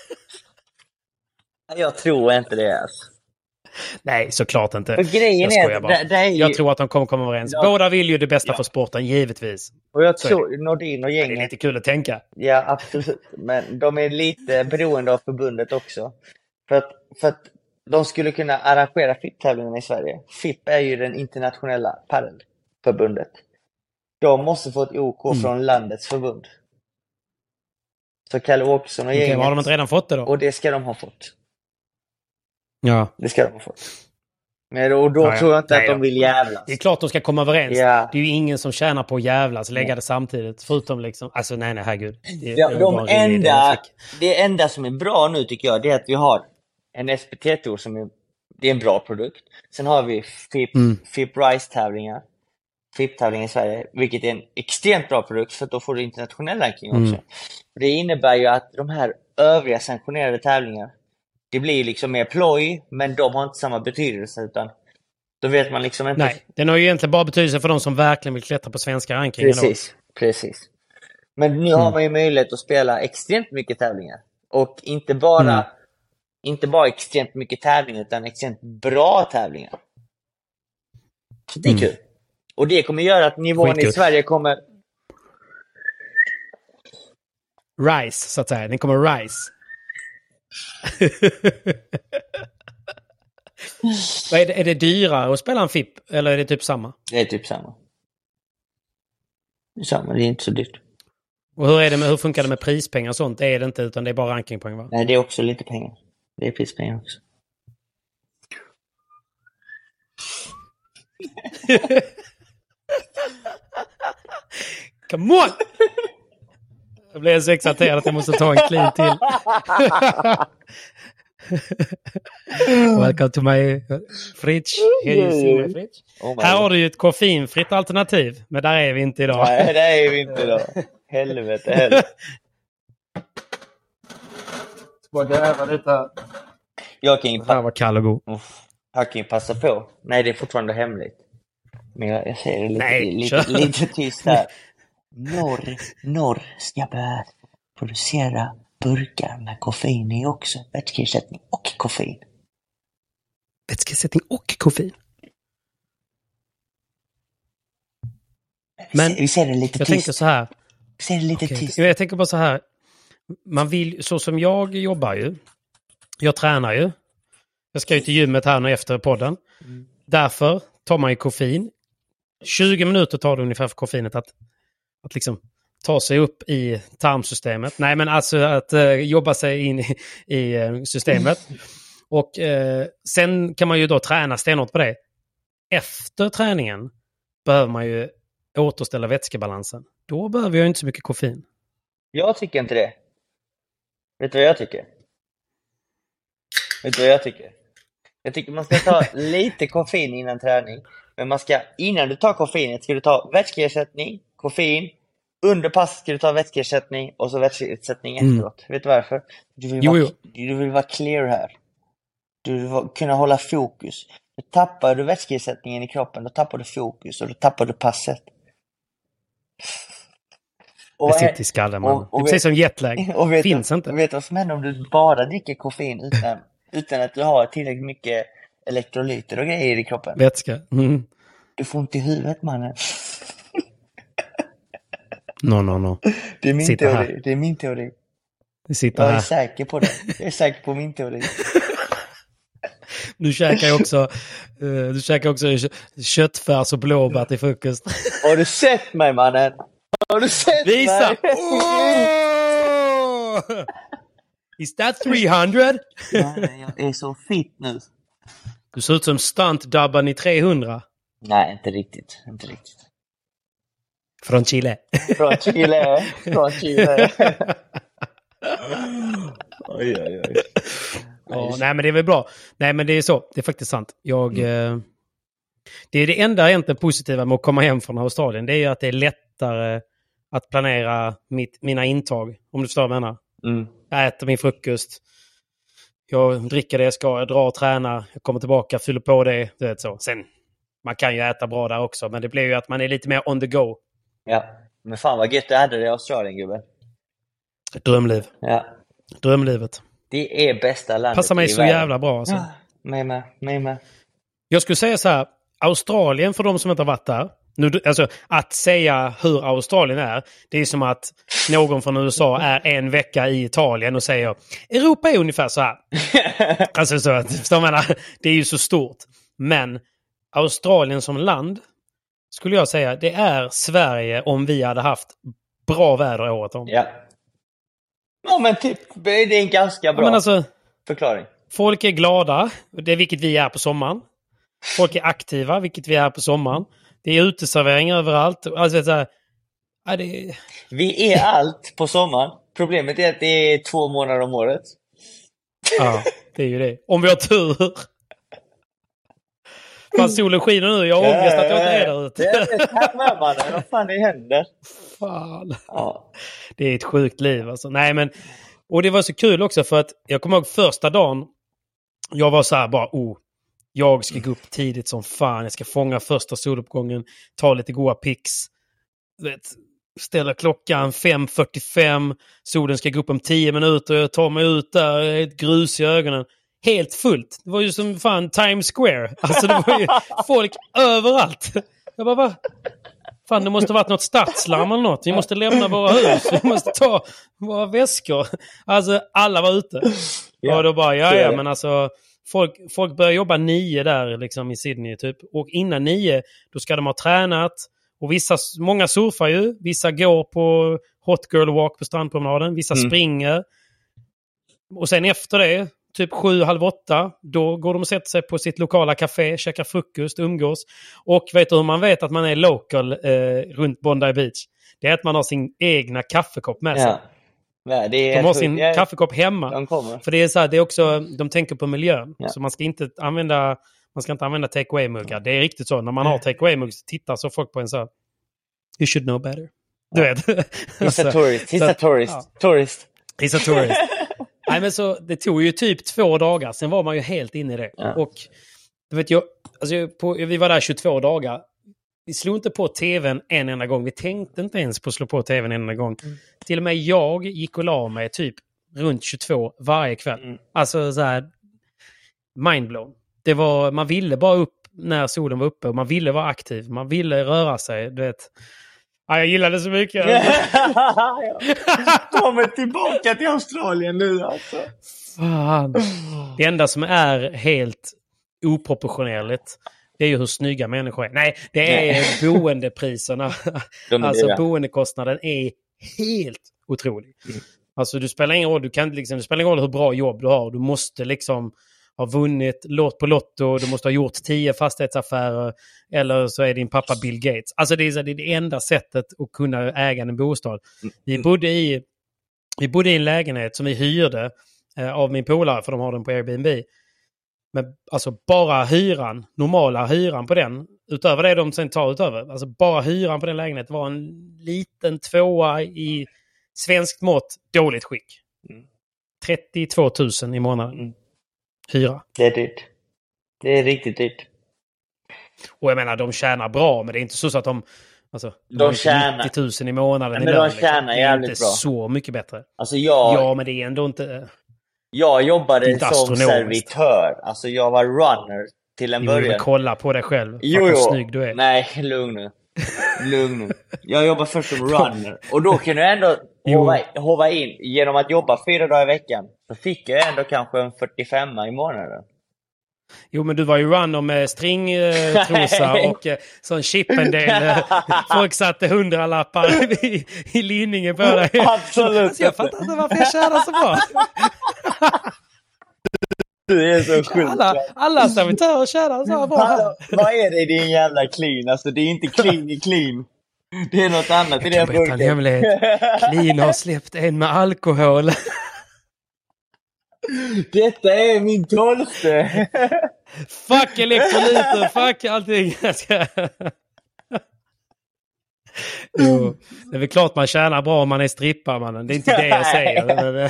Jag tror inte det alltså. Nej, såklart inte. Och grejen jag bara. Det är ju... Jag tror att de kommer komma överens. Båda vill ju det bästa för sporten, givetvis. Och jag tror Nordin och gänget... Det är lite kul att tänka. Ja, absolut. Men de är lite beroende av förbundet också. För att de skulle kunna arrangera FIP-tävlingen i Sverige. FIP är ju den internationella padelförbundet. De måste få ett OK från landets förbund. Så Kalle Åkesson och gänget... Har de inte redan fått det då? Och det ska de ha fått. Ja. Det ska de ha fått. Men då tror jag inte att de vill jävlas. Det är klart de ska komma överens. Ja. Det är ju ingen som tjänar på att jävlas, lägga det samtidigt. Förutom liksom... Alltså nej, herregud. Det enda som är bra nu tycker jag, det är att vi har en SPT-tour som är en bra produkt. Sen har vi FIP Rise-tävlingar. FIP-tävlingar i Sverige, vilket är en extremt bra produkt för att då får du internationell ranking också. Det innebär ju att de här övriga sanktionerade tävlingar, det blir liksom mer ploj, men de har inte samma betydelse, utan då vet man liksom inte... Nej, den har ju egentligen bara betydelse för de som verkligen vill klättra på svenska rankingen. Precis. Men nu har man ju möjlighet att spela extremt mycket tävlingar. Och inte bara extremt mycket tävlingar, utan extremt bra tävlingar. Så det är kul. Och det kommer göra att nivån i Sverige kommer... Rise, så att säga. Den kommer rise. Är det dyrare att spela en FIP? Eller är det typ samma? Det är typ samma. Det är inte så dyrt. Och hur funkar det med prispengar och sånt? Det är det inte, utan det är bara rankingpoäng, va? Nej, det är också lite pengar. Det är prispengar också. Come on! Jag blev så exalterad att jag måste ta en clean till. Welcome to my fridge. Här har du ju ett koffeinfritt alternativ. Men där är vi inte idag. Nej, där är vi inte idag. Helvete. Ska gräva lite. Jag kan ju Den här var kall och god. Jag kan ju passa på. Nej, det är fortfarande hemligt. Men jag säger det lite tyst här. Norr ska börja producera burkar med koffein i också. Vätskeersättning och koffein. Vätskeersättning och koffein? Men vi ser det lite jag tyst. tänker så här. Vi ser det lite tyst. Jag tänker bara så här. Man vill, så som jag jobbar ju. Jag tränar ju. Jag ska ju till gymmet här nu efter podden. Därför tar man ju koffein. 20 minuter tar det ungefär för koffeinet att liksom ta sig upp i tarmsystemet. Nej, men alltså att jobba sig in i systemet. Och sen kan man ju då träna stenhårt på det. Efter träningen behöver man ju återställa vätskebalansen. Då behöver jag inte så mycket koffein. Jag tycker inte det. Vet du vad jag tycker? Jag tycker man ska ta lite koffein innan träning. Men innan du tar koffeinet ska du ta vätskeersättning, koffein. Under pass ska du ta vätskeersättning och så vätskeersättning efteråt. Vet du varför? Du vill vara clear här. Du vill kunna hålla fokus. Tappar du vätskeersättningen i kroppen, då tappar du fokus och då tappar du passet. Det sitter i skallen, man. Det är precis som jetlag. Finns inte. Vet du vad som händer om du bara dricker koffein utan att du har tillräckligt mycket elektrolyter och grejer i kroppen? Vätska. Du får inte i huvudet, mannen. No. Det är min teori. Det sitter jag är här. säker på det. Jag är säker på min teori. Du käkar också köttfärs och blåbär till frukost. Har du sett mig, mannen? Har du sett Visa! mig? Oh! Is that 300? Nej, jag är så fit nu. Du ser ut som stunt-dubban i 300. Nej, inte riktigt. Från Chile. Oj. Ja, nej, men det är väl bra. Nej, men det är så. Det är faktiskt sant. Det är det enda egentligen positiva med att komma hem från Australien. Det är ju att det är lättare att planera mina intag. Om du förstår vad jag menar. Jag äter min frukost. Jag dricker det jag ska. Jag drar och tränar. Jag kommer tillbaka, fyller på det. Du vet så. Sen, man kan ju äta bra där också. Men det blir ju att man är lite mer on the go. Ja, men fan vad gött du hade det i Australien, gubben. Drömliv. Ja. Drömlivet. Det är bästa landet. Passar mig så världen. jävla bra. Alltså. Mig med. Jag skulle säga så här. Australien, för de som inte har varit där. Nu, alltså, att säga hur Australien är, det är som att någon från USA är en vecka i Italien och säger Europa är ungefär så här. Alltså så att, det är ju så stort. Men Australien som land, skulle jag säga, det är Sverige om vi hade haft bra väder året om. Ja. Ja, men typ, det är en ganska bra förklaring. Folk är glada, det är vilket vi är på sommaren. Folk är aktiva, vilket vi är på sommaren. Det är uteservering överallt. Alltså, Vi är allt på sommaren. Problemet är att det är 2 månader om året. Ja, det är ju det. Om vi har tur. Fan, solen skiner nu. Jag har ångest att jag inte är där ute. Det är här med, mannen. Vad fan det händer? Fan. Ja. Det är ett sjukt liv alltså. Nej, men... Och det var så kul också för att jag kommer ihåg första dagen. Jag var så här bara, jag ska gå upp tidigt som fan. Jag ska fånga första soluppgången. Ta lite goda pics. Ställa klockan 5:45. Solen ska gå upp om 10 minuter. Jag tar mig ut där. Ett grus i ögonen. Helt fullt. Det var ju som fan Times Square. Alltså det var ju folk överallt. Jag bara, va? Fan, det måste ha varit något stadslarm eller något. Vi måste lämna våra hus. Vi måste ta våra väskor. Alltså alla var ute. Och då bara, men alltså... Folk börjar jobba 9 där liksom i Sydney typ. Och innan 9 då ska de ha tränat. Och många surfar ju. Vissa går på hot girl walk på strandpromenaden. Vissa springer. Och sen efter det, typ 7:30, då går de och sätter sig på sitt lokala café, käkar frukost, umgås. Och vet du hur man vet att man är local runt Bondi Beach? Det är att man har sin egna kaffekopp med sig. Ja, de har sin kaffekopp hemma. För det är så här, det är också, de tänker på miljön. Ja. Så man ska inte använda take-away-muggar. Det är riktigt så. När man har take-away-muggar så tittar så folk på en så här, you should know better. Du vet. He's a tourist. He's a tourist. He's a tourist. Nej, men så, det tog ju typ 2 dagar, sen var man ju helt inne i det. Ja. Och du vet, vi var där 22 dagar. Vi slog inte på tvn en enda gång. Vi tänkte inte ens på att slå på tvn en enda gång. Till och med jag gick och la mig typ runt 22 varje kväll. Alltså så här mindblown. Det var, man ville bara upp när solen var uppe och man ville vara aktiv. Man ville röra sig, du vet. Ja, jag gillade det så mycket. Kommer tillbaka till Australien nu alltså. Fan. Det enda som är helt oproportionerligt, det är ju hur snygga människor är. Nej, det är boendepriserna. Alltså boendekostnaden är helt otrolig. Alltså du spelar ingen roll, det spelar ingen roll hur bra jobb du har. Du måste liksom ha vunnit lott på lotto, du måste ha gjort 10 fastighetsaffärer, eller så är din pappa Bill Gates. Alltså det är det enda sättet att kunna äga en bostad. Vi bodde i en lägenhet som vi hyrde av min polare, för de har den på Airbnb. Men alltså bara hyran, normala hyran på den, utöver det de sen tar utöver, alltså bara hyran på den lägenheten var en liten 2:a i svenskt mått, dåligt skick. 32 000 i månaden. Hyra. Det är dyrt. Det är riktigt dyrt. Och jag menar, de tjänar bra, men det är inte så att de tjänar 90 000 i månaden. Men de tjänar det är jävligt inte bra. Så mycket bättre. Alltså men det är ändå inte... Jag jobbade som astronomiskt. servitör. Alltså jag var runner till en början. Men kolla på dig själv. Jo. Snygg du är. Nej, lugn nu. Jag jobbade först som runner. Och då kunde jag ändå hova in. Genom att jobba 4 dagar i veckan, så fick jag ändå kanske en 45 i månaden. Jo, men du var ju runner med stringtrosa och sån chippendel. Folk satte 100-lappar i linningen på dig. Absolut. Alltså, jag fattar inte varför jag tjänar så bra. Du är så sjukt. Alla servitörer tjänar så bra. Vad är det i din jävla clean? Alltså det är inte clean i clean. Det är något annat i den burken. Clean har släppt en med alkohol. Detta är min 12:e. Fuck elektrolyter, fuck allting. Jo, det är väl klart man tjänar bra om man är strippar, mannen. Det är inte det jag säger.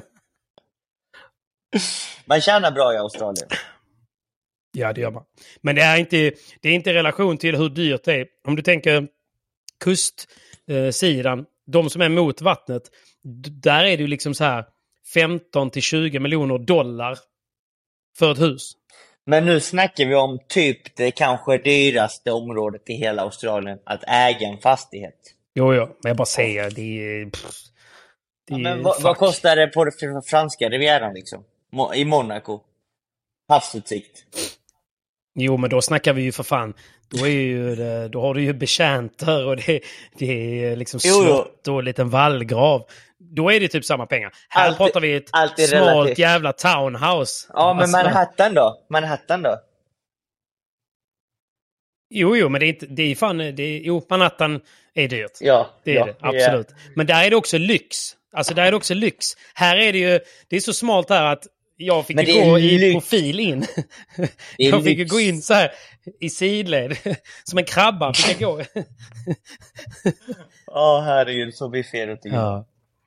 Man tjänar bra i Australien. Ja, det gör man. Men det är inte i relation till hur dyrt det är. Om du tänker kustsidan, de som är mot vattnet, där är det ju liksom så här 15 till 20 miljoner dollar för ett hus. Men nu snackar vi om typ det kanske dyraste området i hela Australien att äga en fastighet. Jo, men jag bara säger men vad kostar det på den franska rivieran liksom? I Monaco? Havsutsikt. Jo, men då snackar vi ju för fan. Då har du ju betjänter och det är liksom slott och en liten vallgrav. Då är det typ samma pengar. Här pratar vi ett smalt relativt jävla townhouse. Ja, men alltså, Manhattan då? Jo, men det är fan... Manhattan är dyrt. Ja. Det är det, absolut. Men där är det också lyx. Alltså, där är det också lyx. Här är det ju... Det är så smalt här att jag fick gå i profil in. Jag fick gå in så här i sidled. Som en krabba fick jag gå. Herregud, så blir fel ut igen. Ja.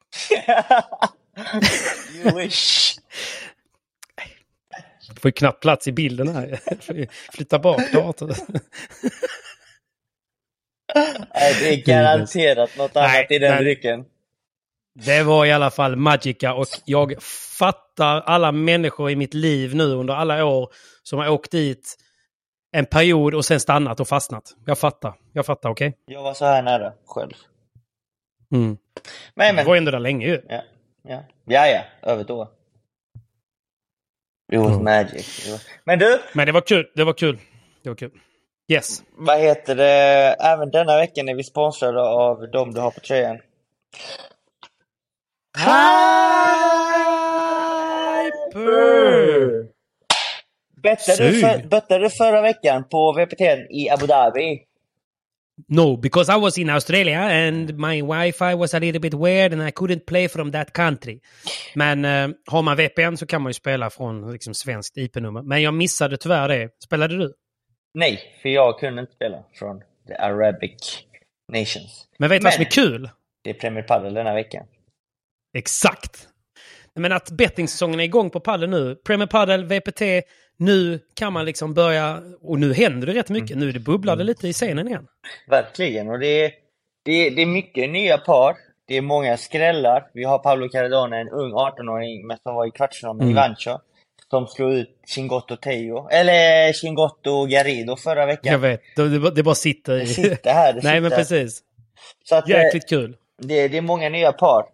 You wish. Jag får ju knappt plats i bilden här. Flytta bak datorn. Nej, det är garanterat något annat i den drycken. Det var i alla fall Magica, och jag fattar alla människor i mitt liv nu under alla år som har åkt dit en period och sen stannat och fastnat. Jag fattar, okej? Jag var så här nära själv. Men det var ändå där länge ju. Ja, över ett år. It was magic. Men det var kul. Yes. Vad heter det? Även denna veckan är vi sponsrade av dem du har på tröjan. Hyper! Bettade du förra veckan på VPT i Abu Dhabi? No, because I was in Australia and my wifi was a little bit weird and I couldn't play from that country. Men har man VPN så kan man ju spela från liksom svenskt IP-nummer. Men jag missade tyvärr det. Spelade du? Nej, för jag kunde inte spela från the Arabic Nations. Men vet du vad som är kul? Det är Premier Padel den här veckan. Exakt. Men att bettingsäsongen är igång på padel nu. Premier Padel, VPT, nu kan man liksom börja... Och nu händer det rätt mycket. Nu är det bubblade lite i scenen igen. Verkligen, och det är mycket nya par. Det är många skrällar. Vi har Pablo Cardona, en ung 18-åring men som var i kvartsfinal med Ivancho. Som slog ut Chingotto Garrido förra veckan. Jag vet, det bara sitter Det sitter här. Nej, men precis. Så att, jäkligt kul. Det är många nya par.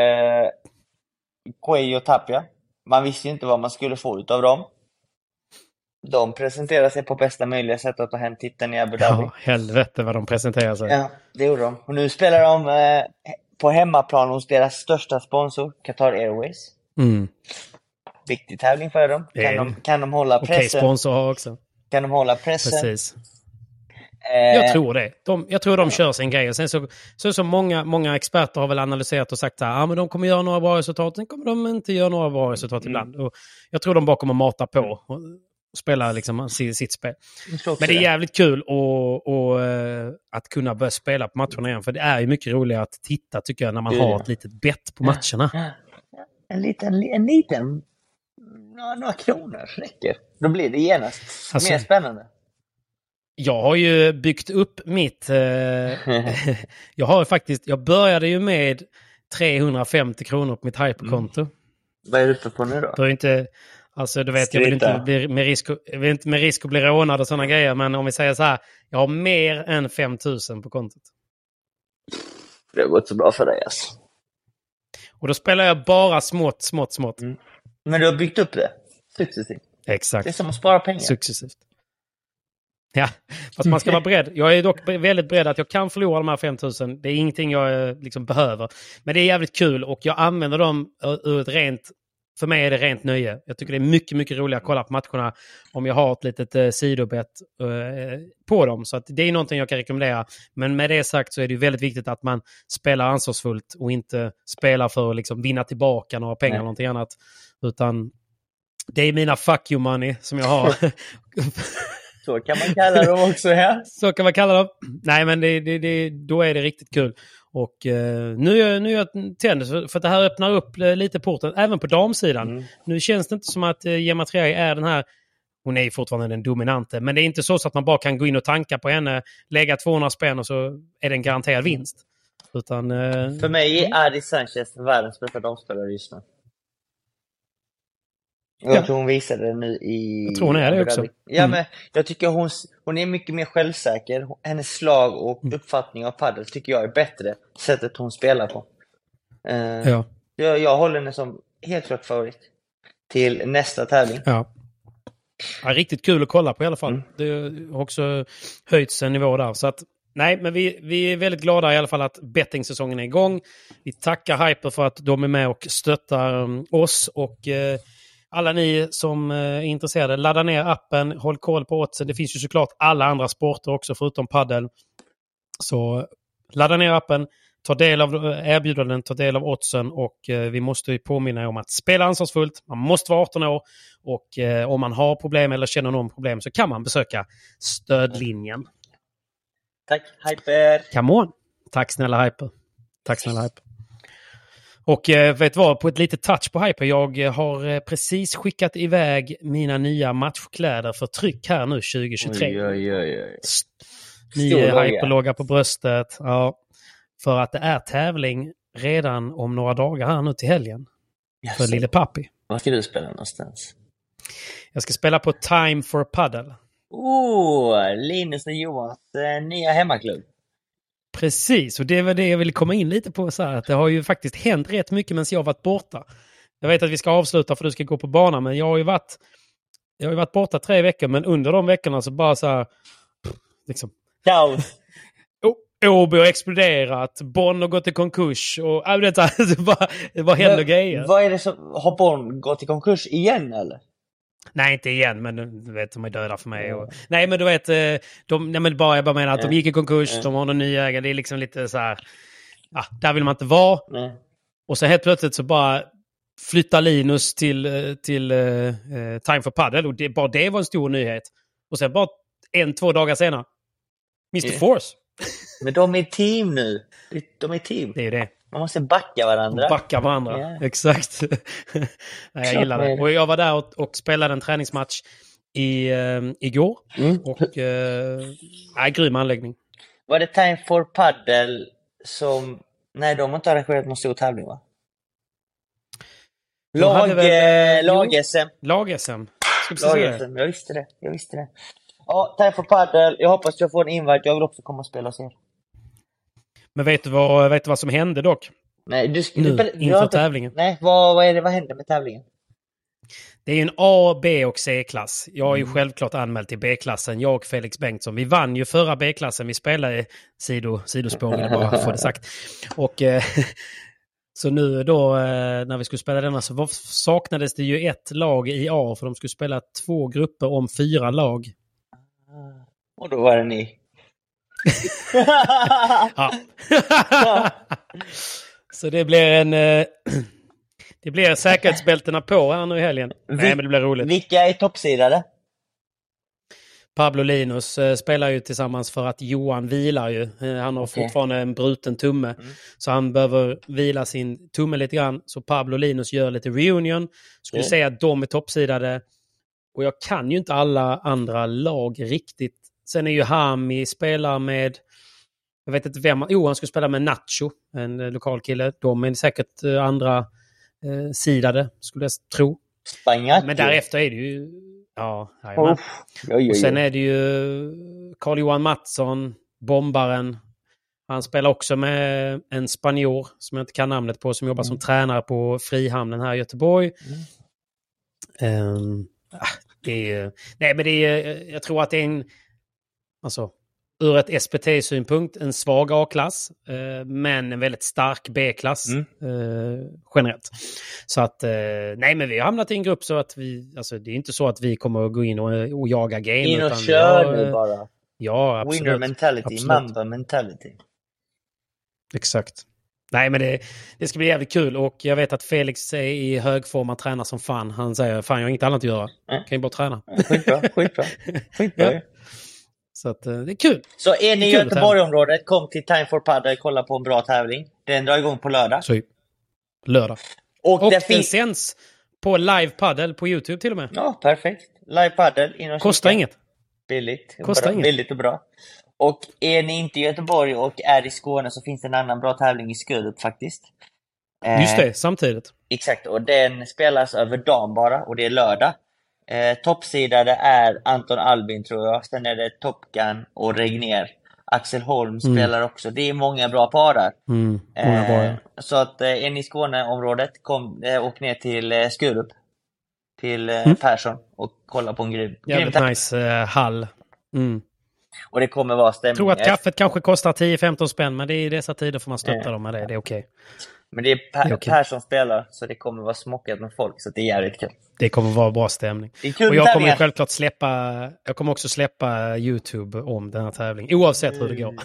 Cuello och Tapia. Man visste ju inte vad man skulle få ut av dem. De presenterar sig på bästa möjliga sätt att ta hem titeln i Abu Dhabi. Ja, helvete vad de presenterar sig. Ja, det gjorde de. Och nu spelar de på hemmaplan hos deras största sponsor, Qatar Airways. Viktig tävling för dem. Kan de hålla pressen? Okej, sponsor har också. Kan de hålla pressen? Precis. Jag tror det. Jag tror de kör sin grej. Och sen så många experter har väl analyserat och sagt att men de kommer göra några bra resultat. Sen kommer de inte göra några bra resultat ibland. Och jag tror de bara kommer mata på och spela liksom sitt spel. Men det är jävligt kul att kunna börja spela på matcherna igen. För det är ju mycket roligare att titta tycker jag när man har ett litet bett på matcherna. En liten några kronor räcker. Då blir det genast mer spännande. Jag har ju byggt upp mitt... jag började ju med 350 kronor på mitt hyperkonto. Vad är du uppe på nu då? Det är inte... Alltså du vet, jag vill inte bli med risk att bli rånad och sådana grejer. Men om vi säger så här, jag har mer än 5 000 på kontot. Det har gått så bra för dig alltså. Och då spelar jag bara smått. Men du har byggt upp det successivt. Exakt. Det är som att spara pengar. Successivt. Ja, fast man ska vara beredd. Jag är dock väldigt beredd att jag kan förlora de här 5 000. Det är ingenting jag liksom behöver. Men det är jävligt kul och jag använder dem ur ett rent... För mig är det rent nöje. Jag tycker det är mycket, mycket roligare att kolla på matcherna om jag har ett litet sidobett på dem. Så att det är någonting jag kan rekommendera. Men med det sagt så är det väldigt viktigt att man spelar ansvarsfullt och inte spelar för att liksom vinna tillbaka några pengar eller någonting annat. Utan det är mina fuck you money som jag har. Så kan man kalla dem också här. Så kan man kalla dem. Nej, men då är det riktigt kul. Och nu är jag tänd för att det här öppnar upp lite porten även på damsidan. Nu känns det inte som att Gemma Triay är den här, hon är fortfarande den dominante, men det är inte så att man bara kan gå in och tanka på henne, lägga 200 spänn och så är det en garanterad vinst. Utan, för mig är Adi Sanchez världens bästa damspelare just nu. Jag tror hon visade det nu i... Jag tror hon är det också. Ja, men jag tycker hon är mycket mer självsäker. Hennes slag och uppfattning av padel tycker jag är bättre. Sättet hon spelar på. Jag håller henne som helt klart favorit till nästa tävling. Ja, riktigt kul att kolla på i alla fall. Det har också höjts en nivå där. Så att, nej, men vi är väldigt glada i alla fall att bettingsäsongen är igång. Vi tackar Hyper för att de är med och stöttar oss och... alla ni som är intresserade, ladda ner appen, håll koll på oddsen. Det finns ju såklart alla andra sporter också förutom padel. Så ladda ner appen, ta del av erbjudanden, ta del av oddsen och vi måste ju påminna om att spela ansvarsfullt. Man måste vara 18 år och om man har problem eller känner någon problem så kan man besöka stödlinjen. Tack Hyper! Come on! Tack snälla Hyper. Och vet vad, på ett litet touch på Hyper, jag har precis skickat iväg mina nya matchkläder för tryck här nu 2023. Oj. Ny Hyperlogga på bröstet. Ja, för att det är tävling redan om några dagar här nu till helgen. För lille Pappi. Var ska du spela någonstans? Jag ska spela på Time for Padel. Linus och Johans nya hemmaklubb. Precis, och det var det jag ville komma in lite på så här, att det har ju faktiskt hänt rätt mycket medan jag har varit borta. Jag vet att vi ska avsluta för du ska gå på banan, men jag har ju varit borta 3 veckor, men under de veckorna så bara så här liksom kaos. Åby har exploderat, Bonn har gått i konkurs och det bara händer grejer. Vad är det som har Bonn gått i konkurs igen eller? Nej, inte igen, men du vet, de är döda för mig. Nej, men du vet, jag bara menar att de gick i konkurs, de har en ny ägare, det är liksom lite så här, där vill man inte vara. Och så helt plötsligt så bara flyttar Linus till Time for Padel och det var en stor nyhet. Och sen bara 1-2 dagar senare, Mr. Force. Men de är team nu. De är team. Det är det. Man måste backa varandra. Backa varandra, Yeah. Exakt. Nej, jag gillar det. Och jag var där och spelade en träningsmatch igår. Och grym anläggning. Var det Time for Paddle som... Nej, de har inte arrangerat någon stor tävling, va? Lag-SM. Lag-SM. Lag-SM, jag visste det. Ja, Time for Paddle. Jag hoppas jag får en invite. Jag vill också komma och spela hos er. Men vet du vad som hände dock? Nej, inför tävlingen. Nej, vad händer med tävlingen? Det är en A-, B- och C-klass. Jag är ju självklart anmäld till B-klassen. Jag och Felix Bengtsson. Vi vann ju förra B-klassen. Vi spelade sidospår, vill jag bara få det sagt. Och så nu då när vi skulle spela denna så saknades det ju ett lag i A, för de skulle spela 2 grupper om 4 lag. Och då var det ni. Ja. Så det blir säkerhetsbältena på här nu i helgen. Nej, men det blir roligt. Vilka är toppsidade? Pablo Linus spelar ju tillsammans för att Johan vilar ju. Han har fortfarande en bruten tumme. Så han behöver vila sin tumme lite grann. Så Pablo Linus gör lite reunion. Skulle säga att de är toppsidade. Och jag kan ju inte alla andra lag riktigt. Sen är ju Hami spelar med... Jag vet inte vem... han skulle spela med Nacho. En lokal kille. De är säkert andra sidade, skulle jag tro. Spagnato. Men därefter är det ju... Ja, och sen är det ju Carl-Johan Mattsson, bombaren. Han spelar också med en spanjor som jag inte kan namnet på, som jobbar som tränare på Frihamnen här i Göteborg. Jag tror att det är en... Alltså, ur ett SPT-synpunkt en svag A-klass, men en väldigt stark B-klass generellt. Så att, men vi har hamnat i en grupp så att vi, alltså det är inte så att vi kommer att gå in och jaga game. In och kör nu bara. Ja, absolut. Winner mentality, absolut. Mamba mentality. Exakt. Nej, men det ska bli jävligt kul, och jag vet att Felix är i hög form att träna som fan. Han säger, fan jag har inget annat att göra. Kan ju bara träna. Skitbra. Ja. Så att det är kul. Så är ni i Göteborg-området, kom till Time for Paddle, kolla på en bra tävling. Den drar igång på lördag. Så, lördag. Och den sänds på live paddle på YouTube till och med. Ja, perfekt. Live paddle. Kostar inget. Billigt. Kostar inget. Billigt och bra. Och är ni inte i Göteborg och är i Skåne så finns det en annan bra tävling i Skurup faktiskt. Just det, samtidigt. Exakt, och den spelas över dagen bara, och det är lördag. Toppsidade är Anton Albin, tror jag. Sen är det Top Gun och Regner. Axel Holm spelar också. Det är många bra parar. Många bra. Så att är ni i Skåneområdet, åk ner till Skurup. Till Persson och kolla på en grym. Jävligt nice hall. Och det kommer vara stämning. Jag tror att kaffet kanske kostar 10-15 spänn, men det är i dessa tider får man stötta dem med det. Det är okej. Men det är Persson spelar, så det kommer vara smockat med folk, så det är jävligt kul. Det kommer vara bra stämning. Och jag kommer självklart släppa YouTube om den här tävlingen, oavsett hur det går.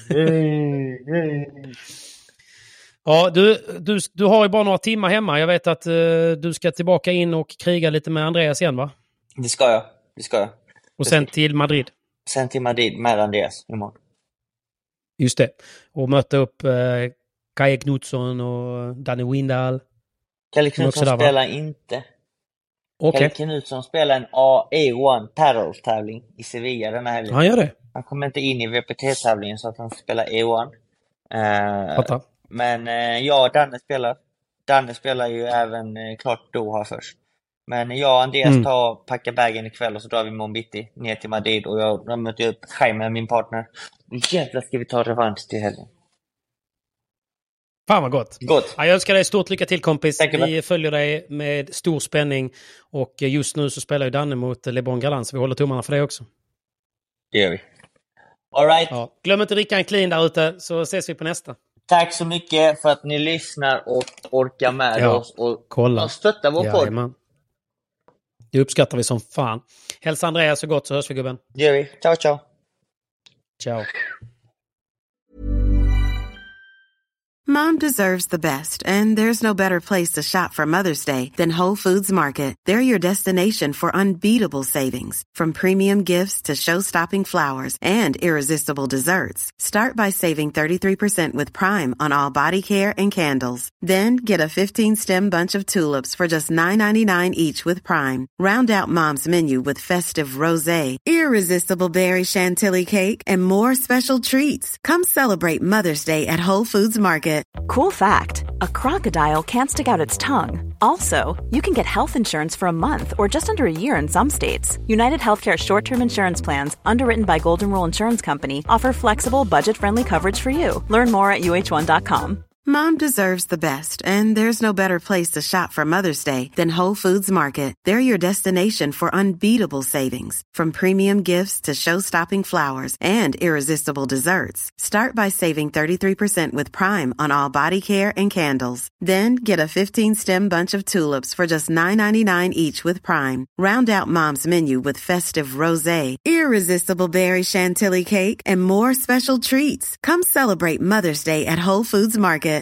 Ja, du har ju bara några timmar hemma. Jag vet att du ska tillbaka in och kriga lite med Andreas igen, va? Det ska jag. Och sen till Madrid. Sen till Madrid med Andreas imorgon. Just det. Och möta upp Kaje Knutsson och Danny Windahl. Kalle Knutsson spelar inte. Kalle Knutsson spelar en A1 Perros-tävling i Sevilla den här helgen. Han gör det. Han kommer inte in i VPT-tävlingen så att han spelar A1. Men jag och Danne spelar. Danne spelar ju även klart Doha först. Men jag och Andreas packar bagen ikväll och så drar vi imorgon bitti ner till Madrid. Och jag möter upp Jaime, min partner. Jävlar ska vi ta revansch till helgen. Fan vad gott. Ja, jag önskar dig stort lycka till, kompis. Vi följer dig med stor spänning. Och just nu så spelar ju Danne mot LeBron Galan, så vi håller tummarna för det också. Det gör vi. All right. Ja. Glöm inte dricka en clean där ute, så ses vi på nästa. Tack så mycket för att ni lyssnar och orkar med oss och stöttar vår podd. Man. Det uppskattar vi som fan. Hälsa Andreas så gott, så hörs vi, gubben. Det gör vi. Ciao, ciao. Ciao. Mom deserves the best, and there's no better place to shop for Mother's Day than Whole Foods Market. They're your destination for unbeatable savings, from premium gifts to show-stopping flowers and irresistible desserts. Start by saving 33% with Prime on all body care and candles. Then get a 15-stem bunch of tulips for just $9.99 each with Prime. Round out Mom's menu with festive rosé, irresistible berry chantilly cake, and more special treats. Come celebrate Mother's Day at Whole Foods Market. Cool fact, a crocodile can't stick out its tongue. Also, you can get health insurance for a month or just under a year in some states. United Healthcare short-term insurance plans, underwritten by Golden Rule Insurance Company, offer flexible, budget-friendly coverage for you. Learn more at uh1.com. Mom deserves the best, and there's no better place to shop for Mother's Day than Whole Foods Market. They're your destination for unbeatable savings, from premium gifts to show-stopping flowers and irresistible desserts. Start by saving 33% with Prime on all body care and candles. Then get a 15-stem bunch of tulips for just $9.99 each with Prime. Round out Mom's menu with festive rosé, irresistible berry chantilly cake, and more special treats. Come celebrate Mother's Day at Whole Foods Market.